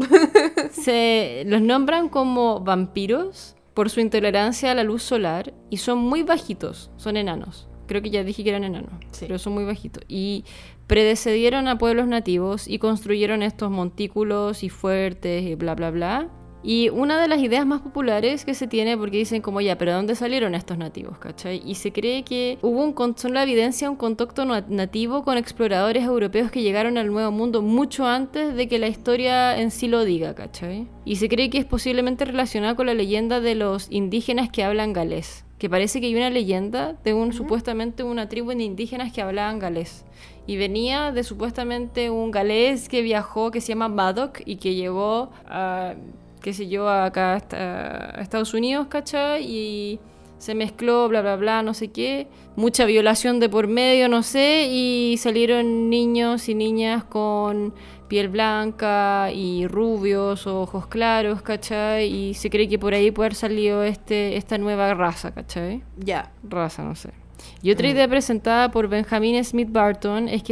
Se los nombran como vampiros por su intolerancia a la luz solar y son muy bajitos, son enanos. Creo que ya dije que eran enanos, sí. Pero son muy bajitos. Y predecedieron a pueblos nativos y construyeron estos montículos y fuertes y bla, bla, bla. Y una de las ideas más populares que se tiene, porque dicen como ya, pero ¿de dónde salieron estos nativos? ¿Cachai? Y se cree que son la evidencia un contacto nativo con exploradores europeos que llegaron al Nuevo Mundo mucho antes de que la historia en sí lo diga, ¿cachai? Y se cree que es posiblemente relacionada con la leyenda de los indígenas que hablan galés. Que parece que hay una leyenda de supuestamente una tribu de indígenas que hablaban galés. Y venía de supuestamente un galés que viajó, que se llama Madoc, y que llegó a, qué sé yo, acá a Estados Unidos, ¿cachai? Y se mezcló, bla, bla, bla, no sé qué. Mucha violación de por medio, no sé. Y salieron niños y niñas con piel blanca y rubios, ojos claros, ¿cachai? Y se cree que por ahí puede haber salido esta nueva raza, ¿cachai? Ya. Raza, no sé. Y otra idea presentada por Benjamin Smith Barton es que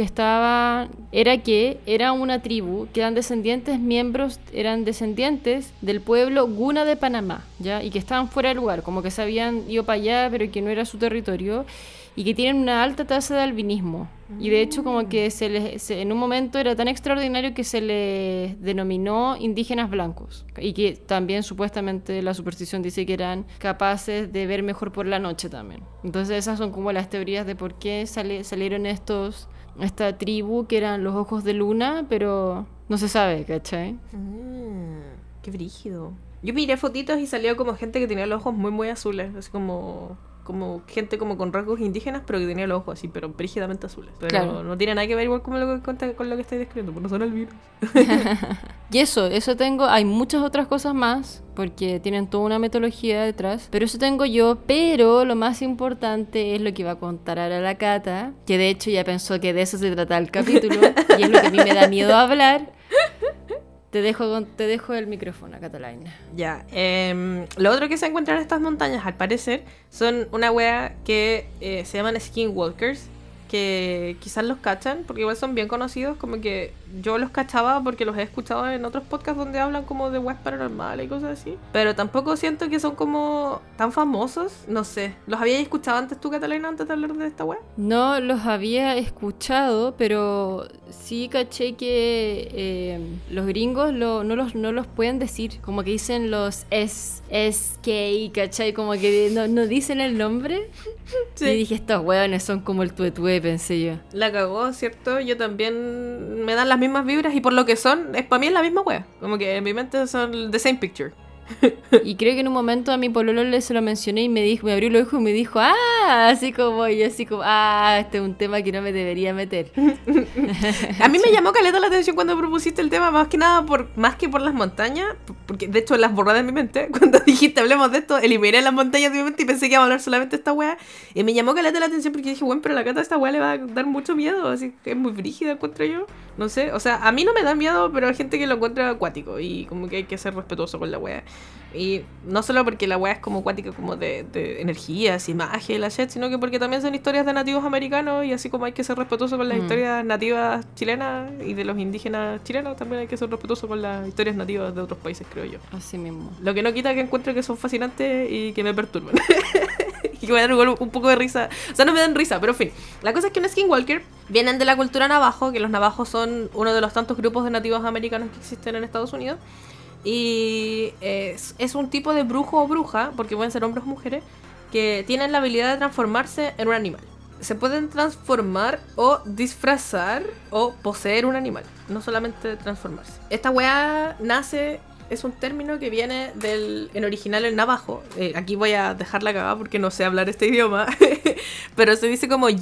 era una tribu que eran descendientes del pueblo Guna de Panamá, ¿ya? Y que estaban fuera de lugar, como que se habían ido para allá, pero que no era su territorio, y que tienen una alta tasa de albinismo. Y de hecho como que en un momento era tan extraordinario que se les denominó indígenas blancos. Y que también supuestamente la superstición dice que eran capaces de ver mejor por la noche también. Entonces esas son como las teorías de por qué salieron esta tribu que eran los ojos de luna, pero no se sabe, ¿cachai? Qué brígido. Yo miré fotitos y salió como gente que tenía los ojos muy muy azules, así como gente como con rasgos indígenas, pero que tenía los ojos así, pero brígidamente azules. Pero claro, no tiene nada que ver igual con lo que estáis describiendo, porque no son albinos. Y eso tengo, hay muchas otras cosas más, porque tienen toda una metodología detrás, pero eso tengo yo, pero lo más importante es lo que va a contar ahora la Cata, que de hecho ya pensó que de eso se trata el capítulo, y es lo que a mí me da miedo hablar. Te dejo el micrófono, Catalina. Ya. Lo otro que se encuentra en estas montañas, al parecer, son una wea que se llaman skinwalkers, que quizás los cachan, porque igual son bien conocidos, como que yo los cachaba porque los he escuchado en otros podcasts donde hablan como de weas paranormales y cosas así, pero tampoco siento que son como tan famosos, no sé. ¿Los habías escuchado antes tú, Catalina, antes de hablar de esta wea? No los había escuchado, pero sí caché que los gringos no los pueden decir. Como que dicen los SK, ¿cachai? Como que no dicen el nombre. Sí. Y dije, estos hueones son como el tuetue, pensé yo. La cagó, ¿cierto? Yo también me dan las mismas vibras y por lo que son, para mí es la misma wea. Como que en mi mente son the same picture. Y creo que en un momento a mi pololo se lo mencioné y me abrió los ojos y me dijo, así como, este es un tema que no me debería meter. A mí me llamó caleta la atención cuando propusiste el tema, más que nada más que por las montañas, porque de hecho las borré de mi mente. Cuando dijiste hablemos de esto, eliminé las montañas de mi mente y pensé que iba a hablar solamente de esta wea. Y me llamó caleta la atención porque dije, bueno, pero la Cata a esta wea le va a dar mucho miedo, así que es muy brígida, encuentro yo. No sé, o sea, a mí no me da miedo, pero hay gente que lo encuentra acuático y como que hay que ser respetuoso con la wea. Y no solo porque la wea es como acuática, como de energías y magia y la shit, sino que porque también son historias de nativos americanos y así como hay que ser respetuoso con las historias nativas chilenas y de los indígenas chilenos, también hay que ser respetuoso con las historias nativas de otros países, creo yo. Así mismo. Lo que no quita que encuentro que son fascinantes y que me perturban. Y que me dan un poco de risa. O sea, no me dan risa, pero en fin. La cosa es que un skinwalker vienen de la cultura navajo, que los navajos son uno de los tantos grupos de nativos americanos que existen en Estados Unidos. Y es un tipo de brujo o bruja, porque pueden ser hombres o mujeres, que tienen la habilidad de transformarse en un animal. Se pueden transformar o disfrazar o poseer un animal, no solamente transformarse. Esta weá nace... Es un término que viene en original el navajo. Aquí voy a dejarla cagada porque no sé hablar este idioma. Pero se dice como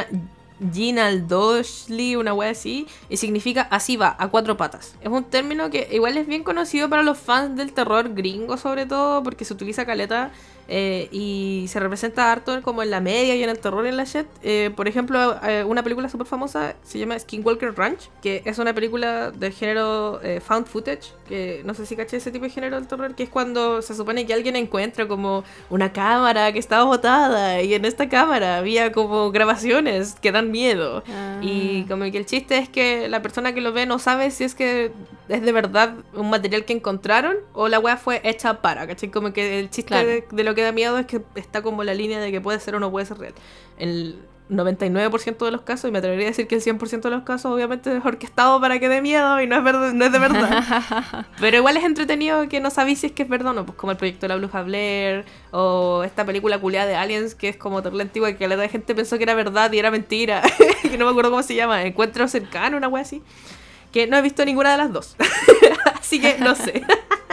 Ginaldoshli, una wea así. Y significa así va, a cuatro patas. Es un término que igual es bien conocido para los fans del terror gringo, sobre todo, porque se utiliza caleta. Y se representa harto como en la media y en el terror y en la shit. Por ejemplo, una película súper famosa se llama Skinwalker Ranch, que es una película del género found footage, que no sé si caché ese tipo de género del terror, que es cuando se supone que alguien encuentra como una cámara que estaba botada y en esta cámara había como grabaciones que dan miedo. Y como que el chiste es que la persona que lo ve no sabe si es que es de verdad un material que encontraron o la wea fue hecha para, ¿cachai? Como que el chiste claro. de lo que da miedo es que está como la línea de que puede ser o no puede ser real. El 99% de los casos, y me atrevería a decir que el 100% de los casos obviamente es orquestado para que dé miedo y no es de verdad. Pero igual es entretenido que no sabéis si es que es verdad o no, pues como el proyecto de la Bruja Blair o esta película culiada de Aliens que es como terrible antigua y que la gente pensó que era verdad y era mentira. Que no me acuerdo cómo se llama, Encuentro Cercano, una wea así. Que no he visto ninguna de las dos. Así que no sé.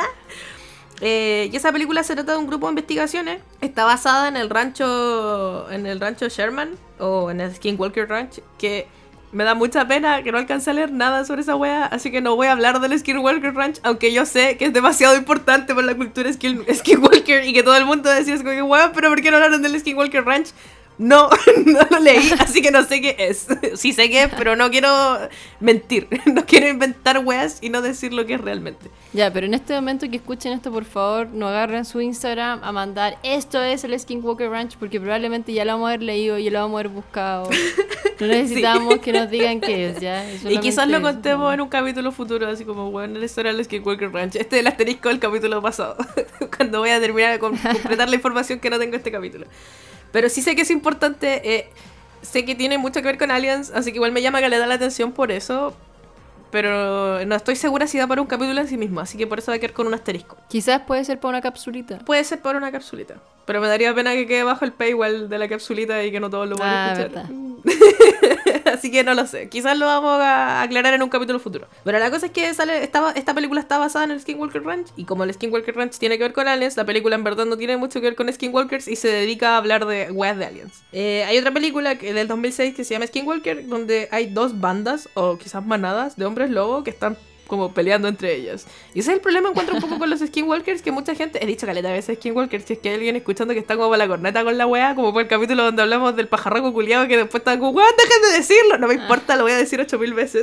Y esa película se trata de un grupo de investigaciones. Está basada en el rancho Sherman o en el Skinwalker Ranch, que me da mucha pena que no alcance a leer nada sobre esa wea, así que no voy a hablar del Skinwalker Ranch, aunque yo sé que es demasiado importante para la cultura Skinwalker y que todo el mundo decía es como que wea, pero ¿por qué no hablaron del Skinwalker Ranch? No, no lo leí, así que no sé qué es. Sí sé qué es, pero no quiero mentir. No quiero inventar weas y no decir lo que es realmente. Ya, pero en este momento que escuchen esto, por favor, no agarren su Instagram a mandar esto es el Skinwalker Ranch, porque probablemente ya lo vamos a haber leído, ya lo vamos a haber buscado. No necesitamos que nos digan qué es, ¿ya? Y quizás lo contemos en un capítulo futuro, así como, bueno, esto era el Skinwalker Ranch. Este es el asterisco del capítulo pasado, cuando voy a terminar de completar la información que no tengo en este capítulo. Pero sí sé que es importante, sé que tiene mucho que ver con Aliens, así que igual me llama que le da la atención por eso, pero no estoy segura si da para un capítulo en sí mismo, así que por eso va a quedar con un asterisco. Quizás puede ser para una capsulita. Puede ser para una capsulita, pero me daría pena que quede bajo el paywall de la capsulita y que no todos lo van a escuchar. Verdad. Así que no lo sé, quizás lo vamos a aclarar en un capítulo futuro. Pero la cosa es que esta película está basada en el Skinwalker Ranch, y como el Skinwalker Ranch tiene que ver con aliens, la película en verdad no tiene mucho que ver con Skinwalkers y se dedica a hablar de weas de aliens. Hay otra película del 2006 que se llama Skinwalker, donde hay dos bandas o quizás manadas de hombres lobo que están como peleando entre ellas. Y ese es el problema, encuentro un poco con los Skinwalkers, que mucha gente, he dicho caleta a veces Skinwalkers, si es que hay alguien escuchando que está como para la corneta con la wea, como por el capítulo donde hablamos del pajarraco culiado que después está como, weón, dejen de decirlo, no me importa, lo voy a decir 8000 veces.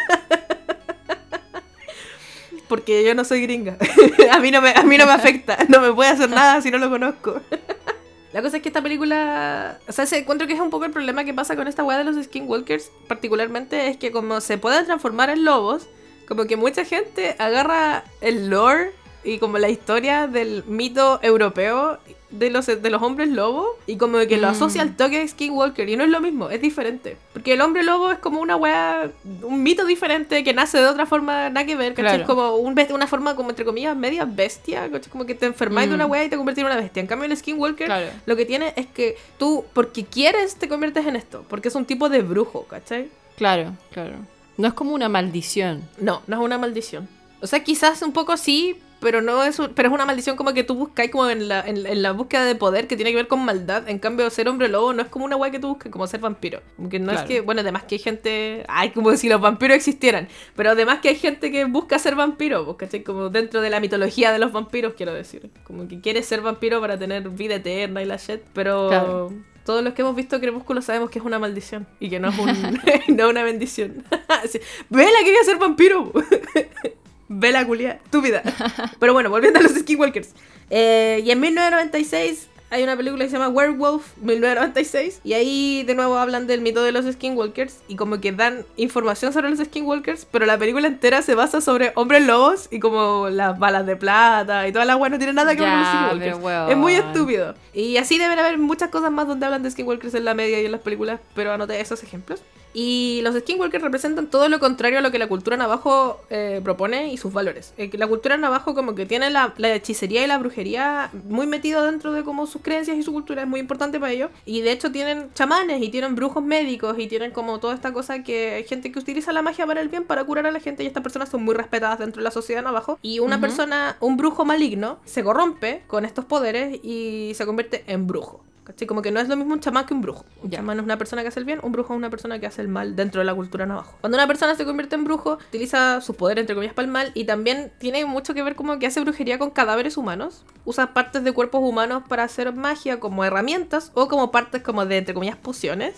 Porque yo no soy gringa. a mí no me afecta, no me puede hacer nada si no lo conozco. La cosa es que esta película, o sea, encuentro que es un poco el problema que pasa con esta wea de los Skinwalkers, particularmente es que como se pueden transformar en lobos, como que mucha gente agarra el lore y como la historia del mito europeo de los hombres lobo, y como que lo asocia al toque de Skinwalker, y no es lo mismo, es diferente. Porque el hombre lobo es como una wea, un mito diferente que nace de otra forma, nada que ver, ¿cachai? Es como una forma como entre comillas media bestia, ¿cachai? Como que te enfermáis de una wea y te convertís en una bestia. En cambio el Skinwalker lo que tiene es que tú, porque quieres, te conviertes en esto, porque es un tipo de brujo, ¿cachai? Claro. No es como una maldición. No es una maldición. O sea, quizás un poco sí, pero no es pero es una maldición como que tú buscáis como en la búsqueda de poder que tiene que ver con maldad. En cambio, ser hombre lobo no es como una weá que tú busques, como ser vampiro. Porque no es que, bueno, además que hay gente, como si los vampiros existieran, pero además que hay gente que busca ser vampiro, ¿cachai? Como dentro de la mitología de los vampiros, quiero decir. Como que quiere ser vampiro para tener vida eterna y la shit, pero... Todos los que hemos visto Crepúsculo sabemos que es una maldición y que no es no una bendición. ¡Vela, quería ser vampiro! Vela culia, estúpida. Pero bueno, volviendo a los Skinwalkers. Y en 1996 hay una película que se llama Werewolf 1996. Y ahí de nuevo hablan del mito de los Skinwalkers. Y como que dan información sobre los Skinwalkers. Pero la película entera se basa sobre hombres lobos. Y como las balas de plata y toda la weá no tiene nada que ver con los Skinwalkers. Es muy estúpido. Y así deben haber muchas cosas más donde hablan de Skinwalkers en la media y en las películas. Pero anoté esos ejemplos. Y los Skinwalkers representan todo lo contrario a lo que la cultura navajo propone y sus valores. La cultura navajo como que tiene la hechicería y la brujería muy metido dentro de como sus creencias y su cultura, es muy importante para ellos. Y de hecho tienen chamanes y tienen brujos médicos y tienen como toda esta cosa que hay gente que utiliza la magia para el bien, para curar a la gente, y estas personas son muy respetadas dentro de la sociedad navajo. Y una persona, un brujo maligno, se corrompe con estos poderes y se convierte en brujo. ¿Cachai? Como que no es lo mismo un chamán que un brujo. Un chamán es una persona que hace el bien, un brujo es una persona que hace el mal dentro de la cultura navajo. Cuando una persona se convierte en brujo, utiliza sus poderes entre comillas para el mal, y también tiene mucho que ver como que hace brujería con cadáveres humanos. Usa partes de cuerpos humanos para hacer magia como herramientas o como partes como de entre comillas pociones.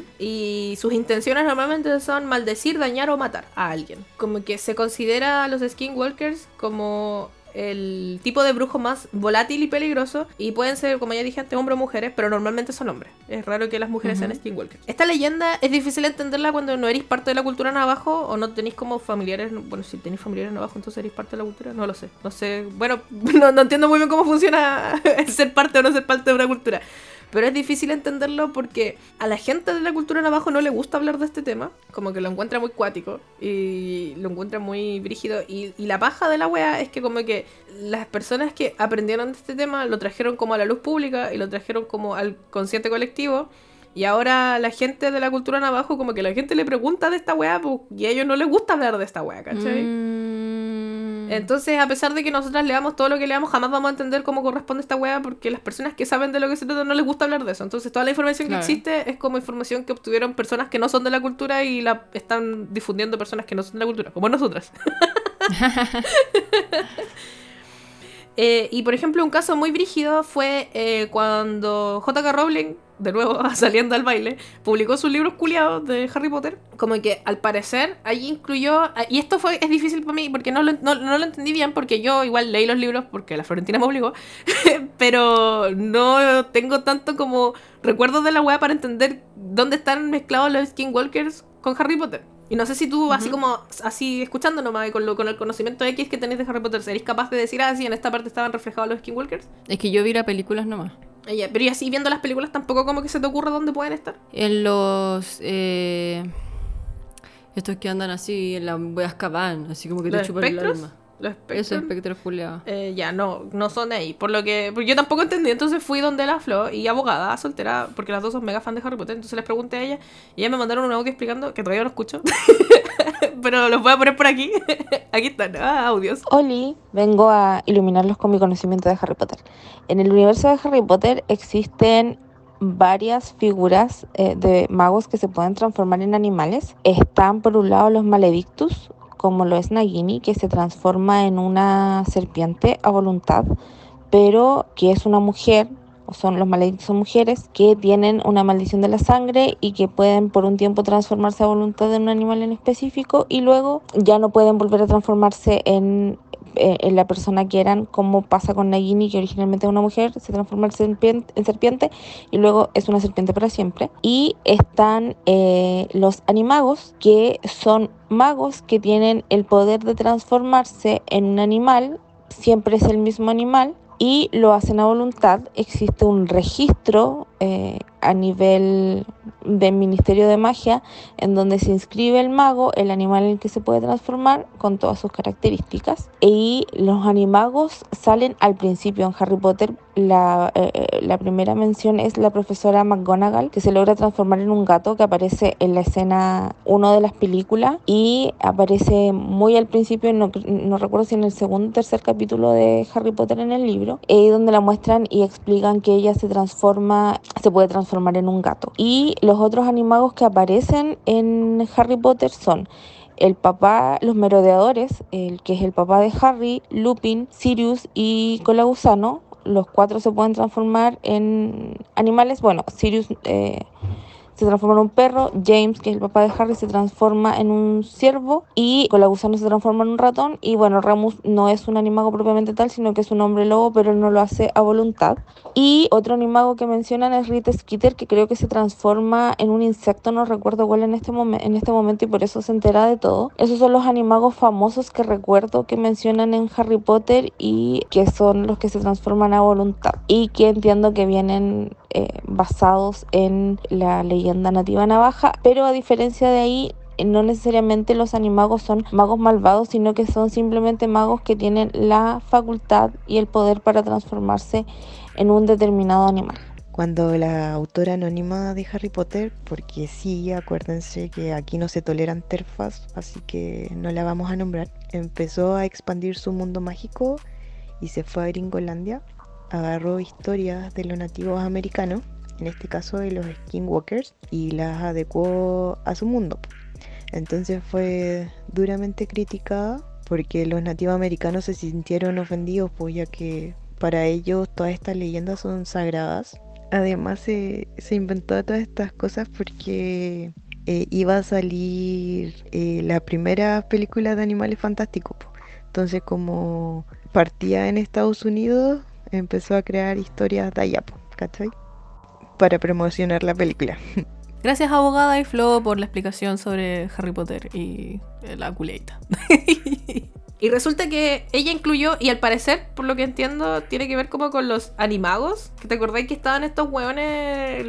Y sus intenciones normalmente son maldecir, dañar o matar a alguien. Como que se considera a los Skinwalkers como el tipo de brujo más volátil y peligroso, y pueden ser, como ya dije antes, hombres o mujeres, pero normalmente son hombres. Es raro que las mujeres sean Skinwalkers. Esta leyenda es difícil entenderla cuando no eres parte de la cultura navajo o no tenéis como familiares. Bueno, si tenéis familiares navajo, entonces eres parte de la cultura. No lo sé. No sé. Bueno, no entiendo muy bien cómo funciona ser parte o no ser parte de una cultura. Pero es difícil entenderlo porque a la gente de la cultura navajo no le gusta hablar de este tema. Como que lo encuentra muy cuático y lo encuentra muy brígido. Y la paja de la wea es que como que las personas que aprendieron de este tema lo trajeron como a la luz pública y lo trajeron como al consciente colectivo. Y ahora la gente de la cultura navajo, como que la gente le pregunta de esta wea, pues, y a ellos no les gusta hablar de esta wea, ¿cachai? Entonces, a pesar de que nosotras leamos todo lo que leamos, jamás vamos a entender cómo corresponde esta wea, porque las personas que saben de lo que se trata no les gusta hablar de eso. Entonces, toda la información que existe es como información que obtuvieron personas que no son de la cultura y la están difundiendo personas que no son de la cultura, como nosotras. Y por ejemplo, un caso muy brígido fue cuando J.K. Rowling, de nuevo saliendo al baile, publicó sus libros culiados de Harry Potter. Como que al parecer allí incluyó, y esto es difícil para mí porque no lo entendí bien, porque yo igual leí los libros porque la Florentina me obligó, pero no tengo tanto como recuerdos de la wea para entender dónde están mezclados los Skinwalkers con Harry Potter. Y no sé si tú, así escuchando nomás, con el conocimiento X que tenés de Harry Potter, ¿serís capaz de decir, sí, en esta parte estaban reflejados los Skinwalkers? Es que yo vi las películas nomás. Pero y así viendo las películas tampoco como que se te ocurre dónde pueden estar. En los... estos que andan así en las weas Azkaban, así como que te chupan el alma. Los espectros. Esos espectros culiados. No son ahí. Porque yo tampoco entendí. Entonces fui donde la Flo, y abogada, soltera, porque las dos son mega fan de Harry Potter. Entonces les pregunté a ella, y ellas me mandaron un audio explicando, que todavía no escucho, pero los voy a poner por aquí. Aquí están, audios. Oli, vengo a iluminarlos con mi conocimiento de Harry Potter. En el universo de Harry Potter existen varias figuras de magos que se pueden transformar en animales. Están por un lado los Maledictus, como lo es Nagini, que se transforma en una serpiente a voluntad, pero que es una mujer, los Maledictus son mujeres que tienen una maldición de la sangre y que pueden por un tiempo transformarse a voluntad en un animal en específico y luego ya no pueden volver a transformarse en la persona que eran, como pasa con Nagini, que originalmente es una mujer, se transforma en serpiente y luego es una serpiente para siempre. Y están los animagos, que son magos que tienen el poder de transformarse en un animal siempre es el mismo animal y lo hacen a voluntad. Existe un registro a nivel del Ministerio de Magia en donde se inscribe el mago, el animal en el que se puede transformar con todas sus características, y los animagos salen al principio. En Harry Potter la primera mención es la profesora McGonagall, que se logra transformar en un gato, que aparece en la escena 1 de las películas y aparece muy al principio, no recuerdo si en el segundo o tercer capítulo de Harry Potter en el libro, donde la muestran y explican que ella se puede transformar en un gato. Y los otros animagos que aparecen en Harry Potter son el papá, los merodeadores, que es el papá de Harry, Lupin, Sirius y Colagusano. Los 4 se pueden transformar en animales. Bueno, Sirius se transforma en un perro, James, que es el papá de Harry, se transforma en un ciervo y Colagusano se transforma en un ratón. Y bueno, Remus no es un animago propiamente tal, sino que es un hombre lobo, pero él no lo hace a voluntad. Y otro animago que mencionan es Rita Skeeter, que creo que se transforma en un insecto, no recuerdo cuál en este momento, y por eso se entera de todo. Esos son los animagos famosos que recuerdo que mencionan en Harry Potter y que son los que se transforman a voluntad y que entiendo que vienen basados en la leyenda nativa navaja, pero a diferencia de ahí, no necesariamente los animagos son magos malvados, sino que son simplemente magos que tienen la facultad y el poder para transformarse en un determinado animal. Cuando la autora anónima de Harry Potter, porque sí, acuérdense que aquí no se toleran terfas, así que no la vamos a nombrar, empezó a expandir su mundo mágico y se fue a Gringolandia, agarró historias de los nativos americanos, en este caso de los skinwalkers, y las adecuó a su mundo. Entonces fue duramente criticada porque los nativos americanos se sintieron ofendidos, pues ya que para ellos todas estas leyendas son sagradas. Además se inventó todas estas cosas porque iba a salir la primera película de Animales Fantásticos, pues. Entonces, como partía en Estados Unidos, empezó a crear historias de allá, ¿cachai? Para promocionar la película. Gracias, abogada y Flo, por la explicación sobre Harry Potter y la culeita. Y resulta que ella incluyó, y al parecer, por lo que entiendo, tiene que ver como con los animagos. ¿Que te acordáis que estaban estos hueones?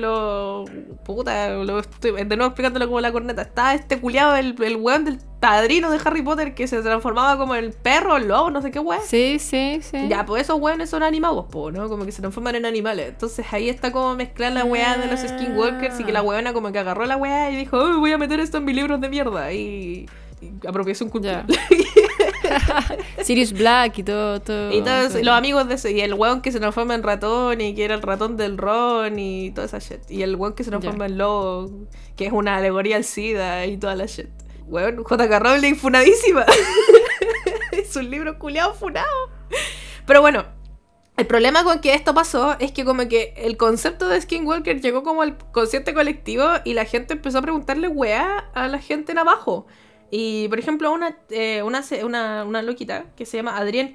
Estoy de nuevo explicándolo como la corneta. Estaba este culiado, el hueón del padrino de Harry Potter, que se transformaba como el perro, el lobo, no sé qué hueón. Sí. Ya, pues esos hueones son animagos, ¿no? Como que se transforman en animales. Entonces ahí está como mezclar la hueá de los skinwalkers y que la hueona como que agarró la hueá y dijo, oh, voy a meter esto en mis libros de mierda. Y apropiación cultural. Sirius Black y todo. Y todos los amigos de ese. Y el weón que se transforma en ratón y que era el ratón del Ron y toda esa shit. Y el weón que se transforma en lobo, que es una alegoría al SIDA y toda la shit. Weón, J.K. Rowling funadísima. Es un libro culiado funado. Pero bueno, el problema con que esto pasó es que como que el concepto de Skinwalker llegó como al consciente colectivo y la gente empezó a preguntarle weá a la gente en abajo. Y, por ejemplo, una loquita que se llama Adrienne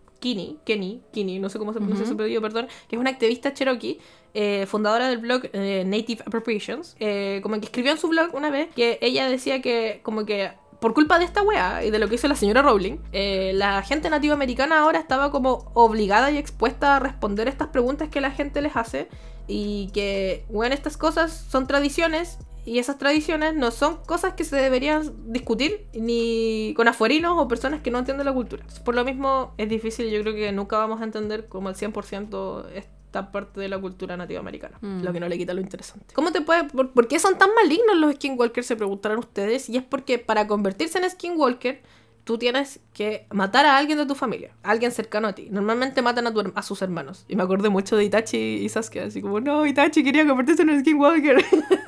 Kenny, no sé cómo se pronuncia su apellido, perdón, que es una activista cherokee, fundadora del blog Native Appropriations, como que escribió en su blog una vez que ella decía que, como que, por culpa de esta wea y de lo que hizo la señora Rowling, la gente nativa americana ahora estaba como obligada y expuesta a responder estas preguntas que la gente les hace, y que, bueno, estas cosas son tradiciones. Y esas tradiciones no son cosas que se deberían discutir ni con afuerinos o personas que no entienden la cultura. Por lo mismo es difícil, yo creo que nunca vamos a entender como al 100% esta parte de la cultura nativa americana. Lo que no le quita lo interesante. ¿Por qué son tan malignos los skinwalkers? Se preguntarán ustedes. Y es porque para convertirse en skinwalker tú tienes que matar a alguien de tu familia, a alguien cercano a ti. Normalmente matan a sus hermanos. Y me acordé mucho de Itachi y Sasuke, así como, no, Itachi quería convertirse en un skinwalker.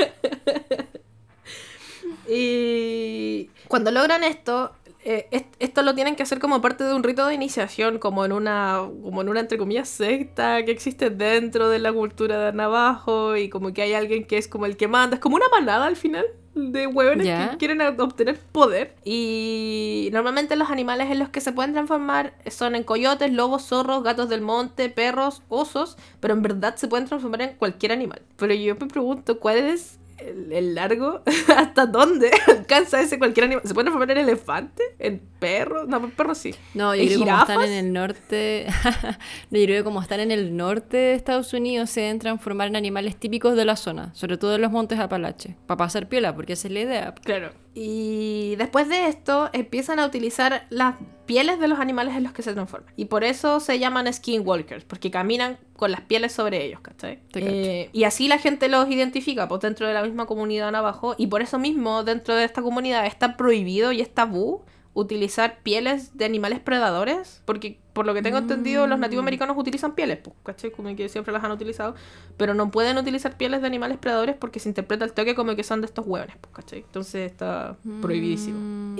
Y cuando logran esto, esto lo tienen que hacer como parte de un rito de iniciación, como en una entre comillas secta que existe dentro de la cultura de Navajo, y como que hay alguien que es como el que manda, es como una manada al final de hueones que quieren obtener poder. Y normalmente los animales en los que se pueden transformar son en coyotes, lobos, zorros, gatos del monte, perros, osos, pero en verdad se pueden transformar en cualquier animal. Pero yo me pregunto, ¿cuál es el largo, ¿hasta dónde alcanza ese cualquier animal? ¿Se puede transformar en elefante? ¿En perro? No, en perro sí. No, yo ¿En creo que como jirafas? están en el norte, no, yo creo que como están en el norte de Estados Unidos se deben transformar en animales típicos de la zona, sobre todo en los montes Apalache, para pasar piola, porque esa es la idea. Claro. Y después de esto empiezan a utilizar las pieles de los animales en los que se transforman. Y por eso se llaman skinwalkers, porque caminan con las pieles sobre ellos, ¿cachai? Te cacho. Y así la gente los identifica, pues dentro de la misma comunidad navajo. Y por eso mismo, dentro de esta comunidad está prohibido y es tabú utilizar pieles de animales predadores, porque por lo que tengo entendido los nativos americanos utilizan pieles, pues, ¿cachai? Como que siempre las han utilizado, pero no pueden utilizar pieles de animales predadores porque se interpreta el toque como que son de estos hueones, pues, ¿cachai? Entonces está prohibidísimo.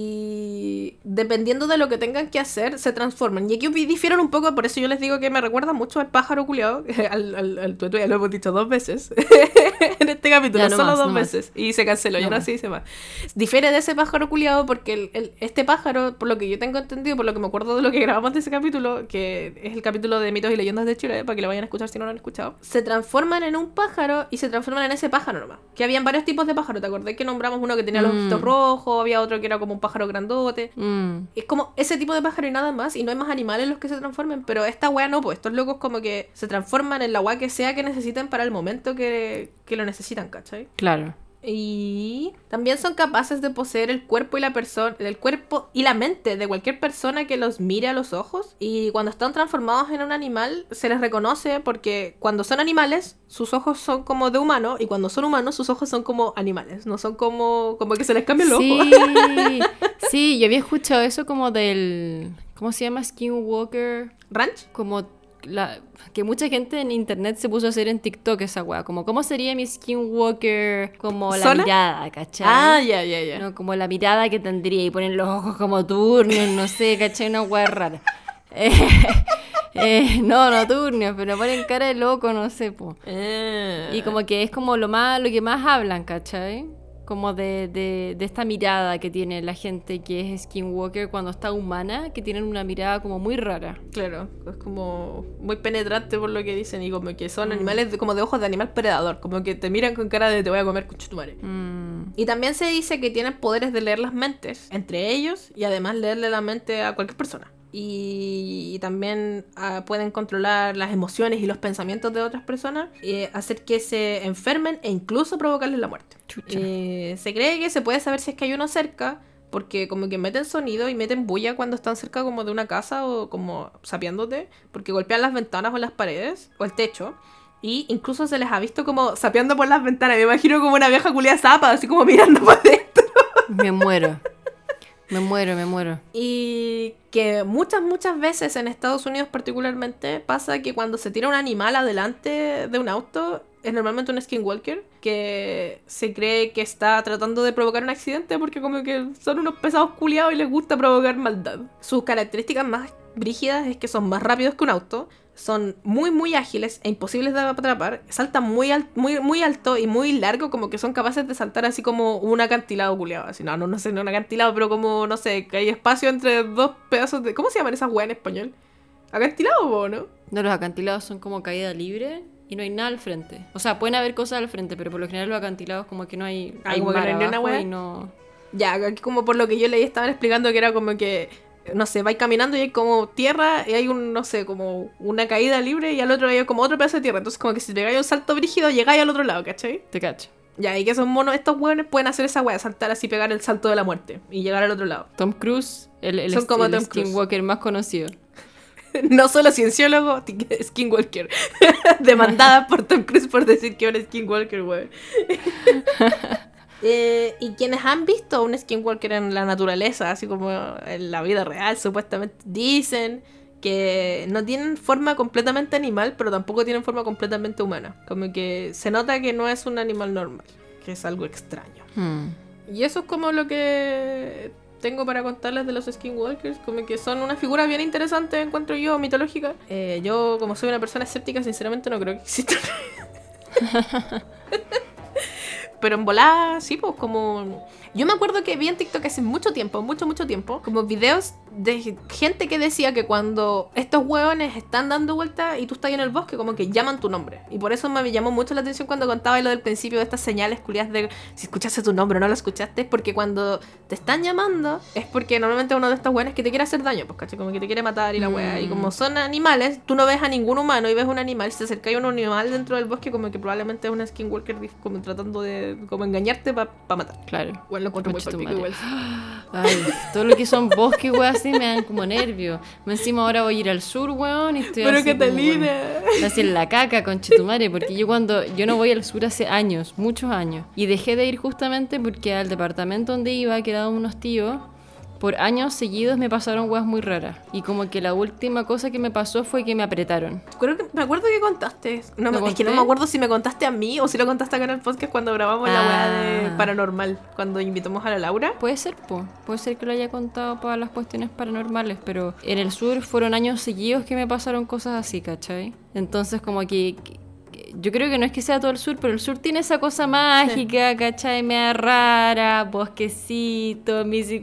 Y dependiendo de lo que tengan que hacer, se transforman. Y aquí difieren un poco, por eso yo les digo que me recuerda mucho al pájaro culiao, al tuetué, ya lo hemos dicho 2 veces en este capítulo, Ya, no solo más, 2 no más. veces, y se canceló, ya No no más. se dice más. Difiere de ese pájaro culiado porque este pájaro, por lo que yo tengo entendido, por lo que me acuerdo de lo que grabamos de ese capítulo, que es el capítulo de mitos y leyendas de Chile, para que lo vayan a escuchar si no lo han escuchado, se transforman en un pájaro y se transforman en ese pájaro nomás. Que habían varios tipos de pájaro, ¿te acordás que nombramos uno que tenía los ojitos rojos, había otro que era como un pájaro grandote? Es como ese tipo de pájaro y nada más, y no hay más animales en los que se transformen, pero esta wea no, pues estos locos como que se transforman en la wea que sea que necesiten para el momento que lo necesitan, ¿cachai? Claro. Y también son capaces de poseer el cuerpo y el cuerpo y la mente de cualquier persona que los mire a los ojos. Y cuando están transformados en un animal, se les reconoce porque cuando son animales, sus ojos son como de humano, y cuando son humanos, sus ojos son como animales. No son como que se les cambia el ojo. Sí, sí, yo había escuchado eso como del... ¿Cómo se llama? Skinwalker. ¿Ranch? Como que mucha gente en internet se puso a hacer en TikTok esa weá. Como, ¿cómo sería mi skinwalker? Como la ¿Sola? mirada, ¿cachai? Ah, ya. No, como la mirada que tendría. Y ponen los ojos como turnios, no sé, ¿cachai? Una weá rara. No turnios, pero ponen cara de loco, no sé, po. Y como que es como lo que más hablan, ¿cachai? Como de esta mirada que tiene la gente que es skinwalker cuando está humana, que tienen una mirada como muy rara. Claro, es como muy penetrante por lo que dicen, y como que son animales como de ojos de animal predador, como que te miran con cara de te voy a comer, conchetumare. Y también se dice que tienen poderes de leer las mentes entre ellos, y además leerle la mente a cualquier persona. Y también pueden controlar las emociones y los pensamientos de otras personas, hacer que se enfermen e incluso provocarles la muerte. Chucha. Se cree que se puede saber si es que hay uno cerca, porque como que meten sonido y meten bulla cuando están cerca como de una casa o como sapeándote, porque golpean las ventanas o las paredes o el techo. Y incluso se les ha visto como sapeando por las ventanas. Me imagino como una vieja culia zapa, así como mirando por dentro. Me muero. Me muero. Y que muchas veces en Estados Unidos particularmente pasa que cuando se tira un animal adelante de un auto, es normalmente un skinwalker que se cree que está tratando de provocar un accidente porque como que son unos pesados culiados y les gusta provocar maldad. Sus características más brígidas es que son más rápidos que un auto, son muy ágiles e imposibles de atrapar, saltan muy alto y muy largo, como que son capaces de saltar así como un acantilado culiado, así no sé, no un acantilado, pero como, no sé, que hay espacio entre dos pedazos de... ¿Cómo se llaman esas weas en español? ¿Acantilado o no? No, los acantilados son como caída libre y no hay nada al frente. O sea, pueden haber cosas al frente, pero por lo general los acantilados como que no hay, Ah, como que mar no hay ni una abajo wea. y no... Ya, aquí como por lo que yo leí estaban explicando que era como que, no sé, vais caminando y hay como tierra y hay no sé, como una caída libre y al otro hay como otro pedazo de tierra. Entonces como que si pegáis un salto brígido llegáis al otro lado, ¿cachai? Te cacho. Ya, y que esos monos, estos hueones pueden hacer esa wea, saltar así, pegar el salto de la muerte y llegar al otro lado. Tom Cruise, Son como el Tom Cruise. skinwalker más conocido. No solo cienciólogo, skinwalker. Demandada por Tom Cruise por decir que era un skinwalker, weón. Y quienes han visto a un skinwalker en la naturaleza, así como en la vida real, supuestamente dicen que no tienen forma completamente animal, pero tampoco tienen forma completamente humana. Como que se nota que no es un animal normal, que es algo extraño. Y eso es como lo que tengo para contarles de los skinwalkers, como que son una figura bien interesante, encuentro yo, mitológica. Yo, como soy una persona escéptica, sinceramente no creo que existan. Pero en volada, sí, pues como... Yo me acuerdo que vi en TikTok hace mucho tiempo, mucho tiempo, como videos de gente que decía que cuando estos hueones están dando vueltas y tú estás ahí en el bosque, como que llaman tu nombre. Y por eso me llamó mucho la atención cuando contaba lo del principio de estas señales culiadas de si escuchaste tu nombre o no lo escuchaste, es porque cuando te están llamando es porque normalmente uno de estos hueones que te quiere hacer daño, pues caché, como que te quiere matar y la hueá. Y como son animales, tú no ves a ningún humano y ves un animal, si te acercas a un animal dentro del bosque, como que probablemente es una skinwalker como tratando de como engañarte para matar. Claro. Bueno, lo encuentro muy palpico igual. Ay, todo lo que son bosques, weón, así me dan como nervios. Encima ahora voy a ir al sur, weón, y estoy Pero así Catalina. como, así en la caca, conchetumare, porque yo no voy al sur hace años, muchos años. Y dejé de ir justamente porque al departamento donde iba, que eran unos tíos, por años seguidos me pasaron weas muy raras. Y como que la última cosa que me pasó fue que me apretaron. Me acuerdo que contaste. No, ¿Lo es que no conté? me acuerdo si me contaste a mí o si lo contaste acá en el podcast cuando grabamos la wea de paranormal. Cuando invitamos a la Laura. Puede ser, puede ser que lo haya contado para las cuestiones paranormales, pero en el sur fueron años seguidos que me pasaron cosas así, ¿cachai? Entonces como que yo creo que no es que sea todo el sur, pero el sur tiene esa cosa mágica, sí. ¿Cachai? Media rara, bosquecito, Missy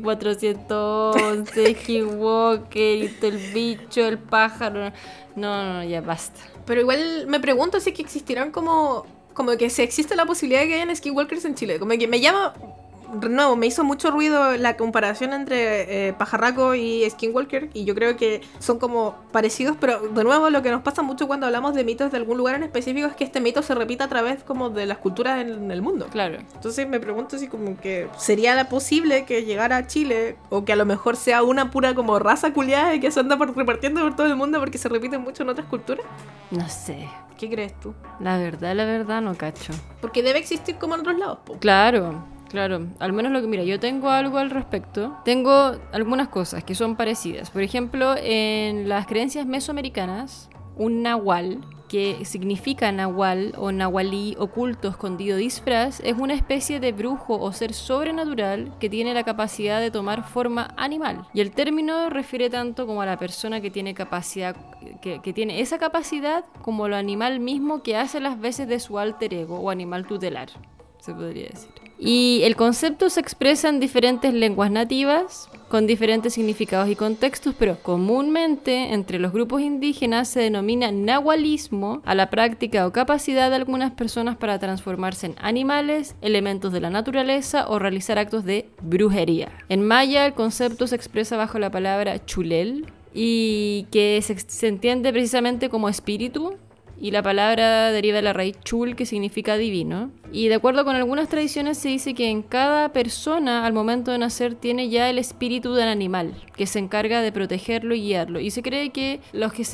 411, Skinwalker, y todo el bicho, el pájaro. No, ya basta. Pero igual me pregunto si es que existirán como que si existe la posibilidad de que hayan skinwalkers en Chile. Como que me llama... De nuevo, me hizo mucho ruido la comparación entre pajarraco y skinwalker, y yo creo que son como parecidos, pero de nuevo lo que nos pasa mucho cuando hablamos de mitos de algún lugar en específico es que este mito se repita a través como de las culturas en el mundo. Claro. Entonces me pregunto si como que sería posible que llegara a Chile, o que a lo mejor sea una pura como raza culiada y que se anda repartiendo por todo el mundo porque se repite mucho en otras culturas. No sé. ¿Qué crees tú? La verdad no cacho. Porque debe existir como en otros lados, po. Claro, al menos lo que... Mira, yo tengo algo al respecto. Tengo algunas cosas que son parecidas. Por ejemplo, en las creencias mesoamericanas, un nahual, que significa nahual o nahualí, oculto, escondido, disfraz, es una especie de brujo o ser sobrenatural que tiene la capacidad de tomar forma animal. Y el término refiere tanto como a la persona que tiene capacidad, que tiene esa capacidad, como lo animal mismo que hace las veces de su alter ego o animal tutelar, se podría decir. Y el concepto se expresa en diferentes lenguas nativas, con diferentes significados y contextos, pero comúnmente entre los grupos indígenas se denomina nahualismo a la práctica o capacidad de algunas personas para transformarse en animales, elementos de la naturaleza o realizar actos de brujería. En maya el concepto se expresa bajo la palabra chulel, y que se entiende precisamente como espíritu. Y la palabra deriva de la raíz chul, que significa divino. Y de acuerdo con algunas tradiciones se dice que en cada persona al momento de nacer tiene ya el espíritu del animal, que se encarga de protegerlo y guiarlo. Y se cree que los brujos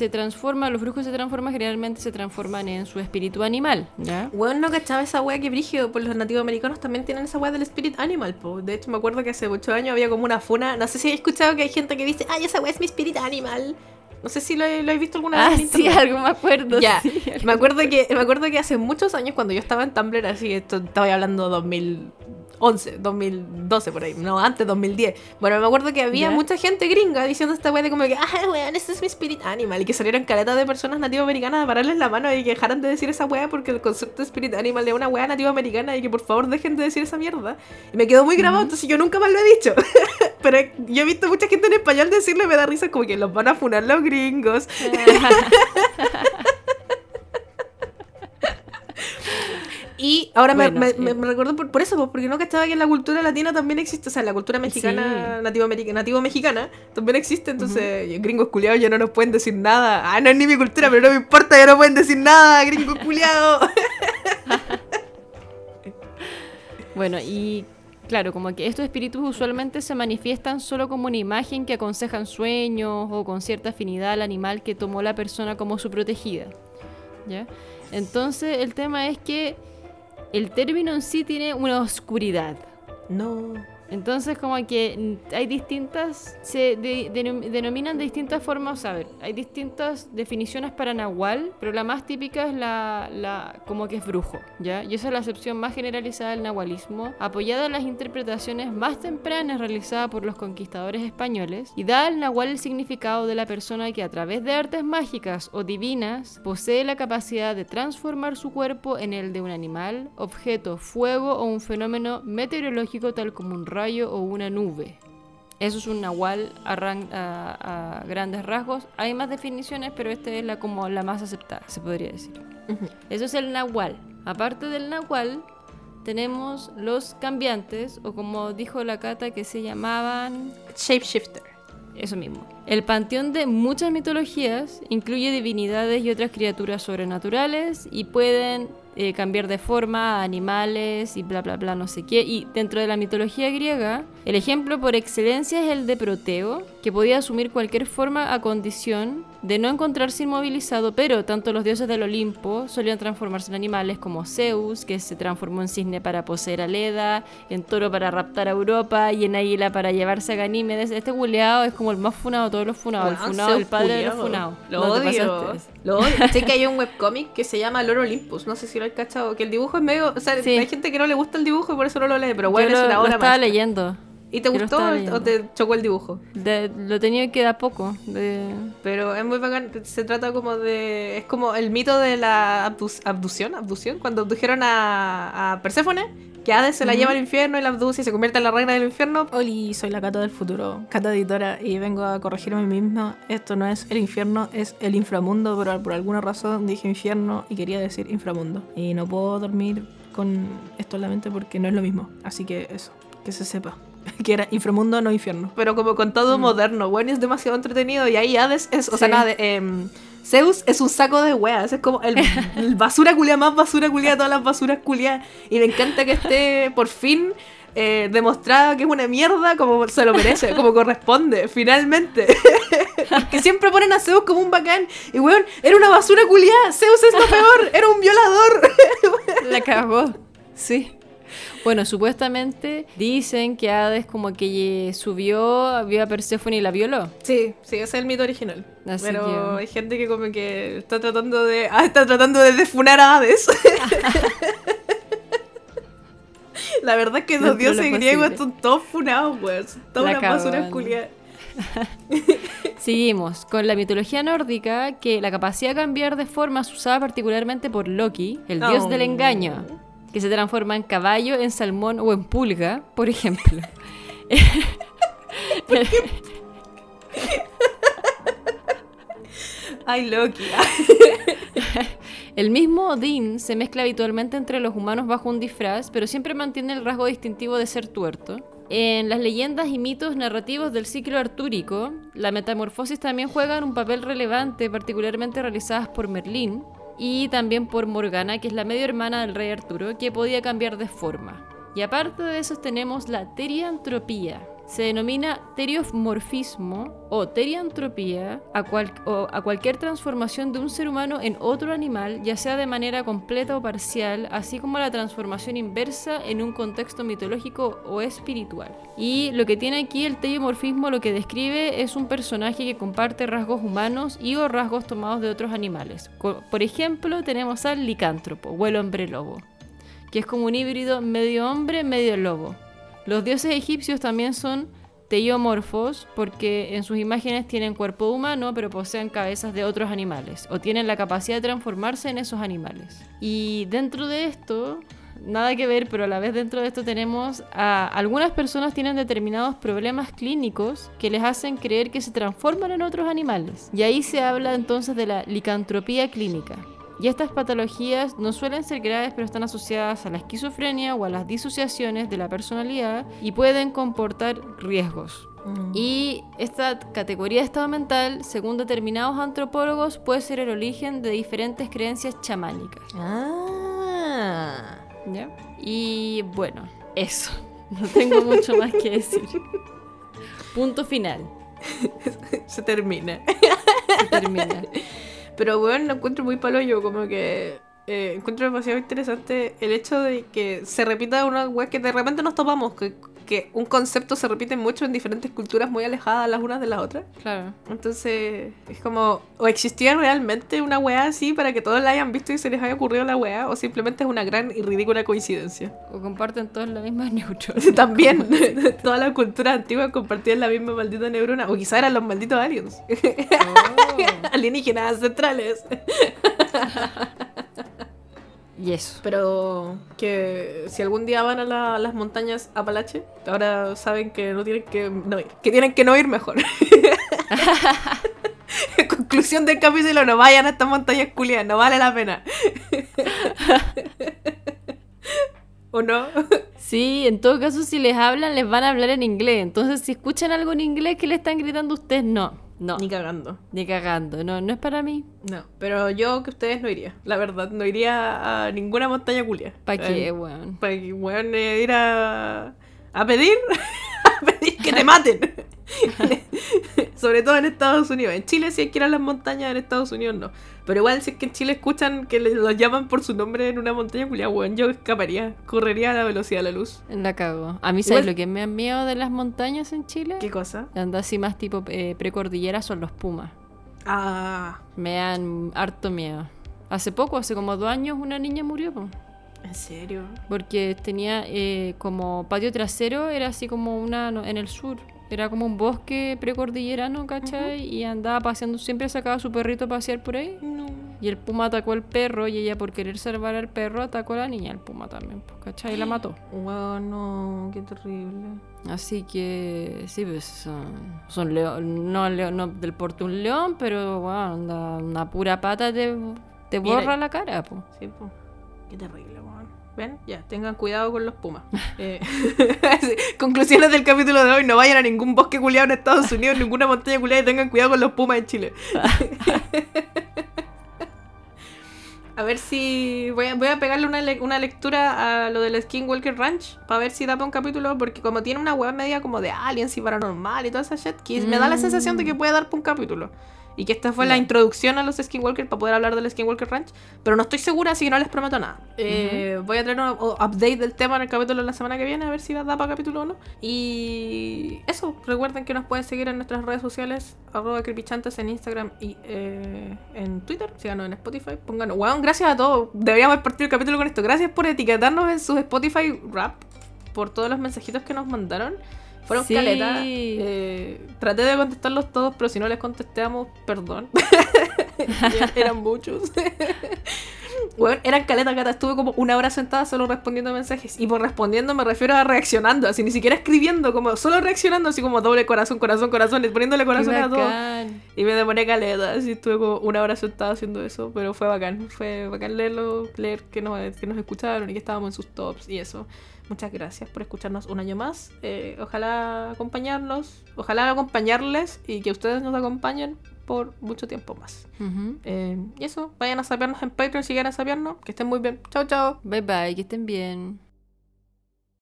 se transforman, generalmente se transforman en su espíritu animal, ¿ya? Bueno, no cachaba esa wea que brígido, pues los nativos americanos también tienen esa wea del spirit animal, po. De hecho me acuerdo que hace 8 años había como una funa, no sé si he escuchado que hay gente que dice, ay, esa wea es mi spirit animal. No sé si lo he visto alguna vez en sí, internet. algo me acuerdo. Ya, sí, me acuerdo que hace muchos años, cuando yo estaba en Tumblr, así, esto estaba hablando 2011, 2012 por ahí, no, antes 2010. Bueno, me acuerdo que había mucha gente gringa diciendo esta wea de como que, weón, este es mi spirit animal, y que salieran caletas de personas nativoamericanas a pararles la mano y que dejaran de decir esa wea porque el concepto de spirit animal es una wea nativoamericana y que por favor dejen de decir esa mierda. Y me quedó muy grabado, entonces yo nunca más lo he dicho. Pero yo he visto mucha gente en español decirlo y me da risa como que los van a funar los gringos. Y ahora bueno, me recuerdo por eso, porque no cachaba que en la cultura latina también existe, o sea, en la cultura mexicana, sí. nativo mexicana, también existe, entonces gringos culiados ya no nos pueden decir nada. No es ni mi cultura, pero no me importa, ya no pueden decir nada, gringos culiados. Bueno, y claro, como que estos espíritus usualmente se manifiestan solo como una imagen que aconsejan sueños o con cierta afinidad al animal que tomó la persona como su protegida, ¿ya? Entonces el tema es que el término en sí tiene una oscuridad. No. Entonces como que hay distintas, se denominan de distintas formas, a ver, hay distintas definiciones para nahual, pero la más típica es la como que es brujo, ¿ya? Y esa es la acepción más generalizada del nahualismo, apoyada en las interpretaciones más tempranas realizadas por los conquistadores españoles, y da al nahual el significado de la persona que a través de artes mágicas o divinas posee la capacidad de transformar su cuerpo en el de un animal, objeto, fuego o un fenómeno meteorológico tal como un rayo o una nube. Eso es un nahual a grandes rasgos. Hay más definiciones, pero esta es como la más aceptada, se podría decir. Eso es el nahual. Aparte del nahual, tenemos los cambiantes, o como dijo la Cata, que se llamaban... Shapeshifter. Eso mismo. El panteón de muchas mitologías incluye divinidades y otras criaturas sobrenaturales y pueden cambiar de forma a animales y bla bla bla no sé qué. Y dentro de la mitología griega, el ejemplo por excelencia es el de Proteo, que podía asumir cualquier forma a condición de no encontrarse inmovilizado, pero tanto los dioses del Olimpo solían transformarse en animales, como Zeus, que se transformó en cisne para poseer a Leda, en toro para raptar a Europa y en águila para llevarse a Ganímedes. Este culeado es como el más funado de todos los funados, el funado, el padre de los funados. Lo odio. Lo odio. Sé que hay un webcómic que se llama Lord Olympus, no sé si lo has cachado, que el dibujo es medio... O sea, Sí. hay gente que no le gusta el dibujo y por eso no lo lee, pero bueno, Yo es una lo obra estaba maestra. leyendo. ¿Y te Yo lo gustó estaba o leyendo. te chocó el dibujo? Lo tenía que dar poco. Pero es muy bacán, se trata como de... Es como el mito de la abducción, cuando abdujeron a Perséfone, que Hades se la lleva al infierno y la abduce y se convierte en la reina del infierno. Oli, soy la Cata del futuro, Cata editora, y vengo a corregirme a mí misma. Esto no es el infierno, es el inframundo, pero por alguna razón dije infierno y quería decir inframundo. Y no puedo dormir con esto en la mente porque no es lo mismo. Así que eso, que se sepa. Que era inframundo, no infierno. Pero como con todo moderno, bueno, es demasiado entretenido. Y ahí Hades es, o sea, Sí. nada, Zeus es un saco de weas. Es como el basura culia más basura culia de todas las basuras culiadas. Y me encanta que esté por fin demostrado que es una mierda como se lo merece, como corresponde, finalmente. Que siempre ponen a Zeus como un bacán. Y weón, era una basura culiada. Zeus es lo peor, era un violador. La cagó. Sí. Bueno, supuestamente dicen que Hades como que subió, vio a Perséfone y la violó. Sí, ese es el mito original. Así Pero que- hay gente que como que está tratando de defunar a Hades. La verdad es que los Dentro de lo dioses griegos posible. están todos funados, weón. Son todas La unas basuras cagan. culiadas. Seguimos con la mitología nórdica, que la capacidad de cambiar de forma es usada particularmente por Loki, el dios Oh. del engaño, que se transforma en caballo, en salmón o en pulga, por ejemplo. Ay, Loki. El mismo Odín se mezcla habitualmente entre los humanos bajo un disfraz, pero siempre mantiene el rasgo distintivo de ser tuerto. En las leyendas y mitos narrativos del ciclo artúrico, la metamorfosis también juega un papel relevante, particularmente realizadas por Merlín y también por Morgana, que es la medio hermana del rey Arturo, que podía cambiar de forma. Y aparte de eso tenemos la teriantropía. Se denomina teriomorfismo o teriantropía a cualquier transformación de un ser humano en otro animal, ya sea de manera completa o parcial, así como la transformación inversa en un contexto mitológico o espiritual. Y lo que tiene aquí el teriomorfismo, lo que describe es un personaje que comparte rasgos humanos y o rasgos tomados de otros animales. Por ejemplo, tenemos al licántropo o el hombre lobo, que es como un híbrido medio hombre, medio lobo. Los dioses egipcios también son teiomorfos porque en sus imágenes tienen cuerpo humano pero poseen cabezas de otros animales o tienen la capacidad de transformarse en esos animales. Y dentro de esto, nada que ver, pero a la vez dentro de esto tenemos a algunas personas tienen determinados problemas clínicos que les hacen creer que se transforman en otros animales. Y ahí se habla entonces de la licantropía clínica. Y estas patologías no suelen ser graves, pero están asociadas a la esquizofrenia o a las disociaciones de la personalidad y pueden comportar riesgos. Y esta categoría de estado mental, según determinados antropólogos, puede ser el origen de diferentes creencias chamánicas. Ah. ¿Ya? Y bueno, eso. No tengo mucho más que decir. Punto final. Se termina. Se termina. Pero bueno, lo encuentro muy paloyo, como que encuentro demasiado interesante el hecho de que se repita una web que de repente nos topamos, que un concepto se repite mucho en diferentes culturas muy alejadas las unas de las otras. Claro. Entonces es como, o existía realmente una wea así para que todos la hayan visto y se les haya ocurrido la wea, o simplemente es una gran y ridícula coincidencia. O comparten todos la misma neurona. También, todas las culturas antiguas compartían la misma maldita neurona, o quizá eran los malditos aliens. Oh. Alienígenas ancestrales. Y eso. Pero que si algún día van a las montañas Apalache, ahora saben que no tienen que no ir. Que tienen que no ir mejor. Conclusión del capítulo, no vayan a estas montañas culiadas, no vale la pena. ¿O no? Sí, en todo caso, si les hablan, les van a hablar en inglés. Entonces, si escuchan algo en inglés que le están gritando a ustedes, no. Ni cagando. Ni cagando. No es para mí. No, pero yo que ustedes no iría. La verdad, no iría a ninguna montaña culia. ¿Para qué, weón? Para que, weón, ir a pedir. A pedir que te maten. Sobre todo en Estados Unidos. En Chile sí hay que ir a las montañas, en Estados Unidos no. Pero igual si es que en Chile escuchan que los llaman por su nombre en una montaña culia, weón, yo escaparía. Correría a la velocidad de la luz. La cago. A mí, ¿sabes Igual- lo que me da miedo de las montañas en Chile? ¿Qué cosa? Anda así más tipo precordillera, son los pumas. Ah, Me dan harto miedo. Hace poco, hace como 2 años, una niña murió, po. ¿en serio? Porque tenía como patio trasero, era así como en el sur. Era como un bosque precordillerano, ¿cachai? Y andaba paseando, siempre sacaba a su perrito a pasear por ahí. No. Y el puma atacó al perro y ella por querer salvar al perro atacó a la niña, el puma también, pues, ¿cachai? Y la mató. Wow, no, qué terrible. Así que sí, pues son león, no del porte un león, pero bueno, una pura pata te Mira. borra la cara, pues. Sí, pues. Qué terrible, weón. ¿Ven? Ya, tengan cuidado con los pumas. Sí. Conclusiones del capítulo de hoy: no vayan a ningún bosque culiado en Estados Unidos, ninguna montaña culiada, y tengan cuidado con los pumas en Chile. A ver si... Voy a pegarle una lectura a lo del Skinwalker Ranch para ver si da para un capítulo, porque como tiene una web media como de aliens y paranormal y toda esa shit, que me da la sensación de que puede dar para un capítulo. Y que esta fue la introducción a los Skinwalker para poder hablar del Skinwalker Ranch. Pero no estoy segura, así que no les prometo nada. Voy a traer un update del tema en el capítulo de la semana que viene, a ver si da para capítulo o no. Y eso, recuerden que nos pueden seguir en nuestras redes sociales, @creepychantas en Instagram y en Twitter. Síganos en Spotify. Pónganos, weón, gracias a todos. Deberíamos haber partido el capítulo con esto. Gracias por etiquetarnos en sus Spotify Rap, por todos los mensajitos que nos mandaron. Fueron Sí. caletas. Traté de contestarlos todos, pero si no les contestamos, perdón. Eran muchos. Bueno, eran caletas, gata. Estuve como 1 hora sentada solo respondiendo mensajes. Y por respondiendo me refiero a reaccionando, así ni siquiera escribiendo, como solo reaccionando, así como doble corazón, poniéndole corazón a todo. Bacán. Y me demoré caleta, así estuve como 1 hora sentada haciendo eso, pero fue bacán leer que nos escucharon y que estábamos en sus tops y eso. Muchas gracias por escucharnos un año más. Ojalá acompañarles y que ustedes nos acompañen por mucho tiempo más. Ujú. Y eso, vayan a sapearnos en Patreon si quieren sapearnos. Que estén muy bien. Chao, chao. Bye bye, que estén bien.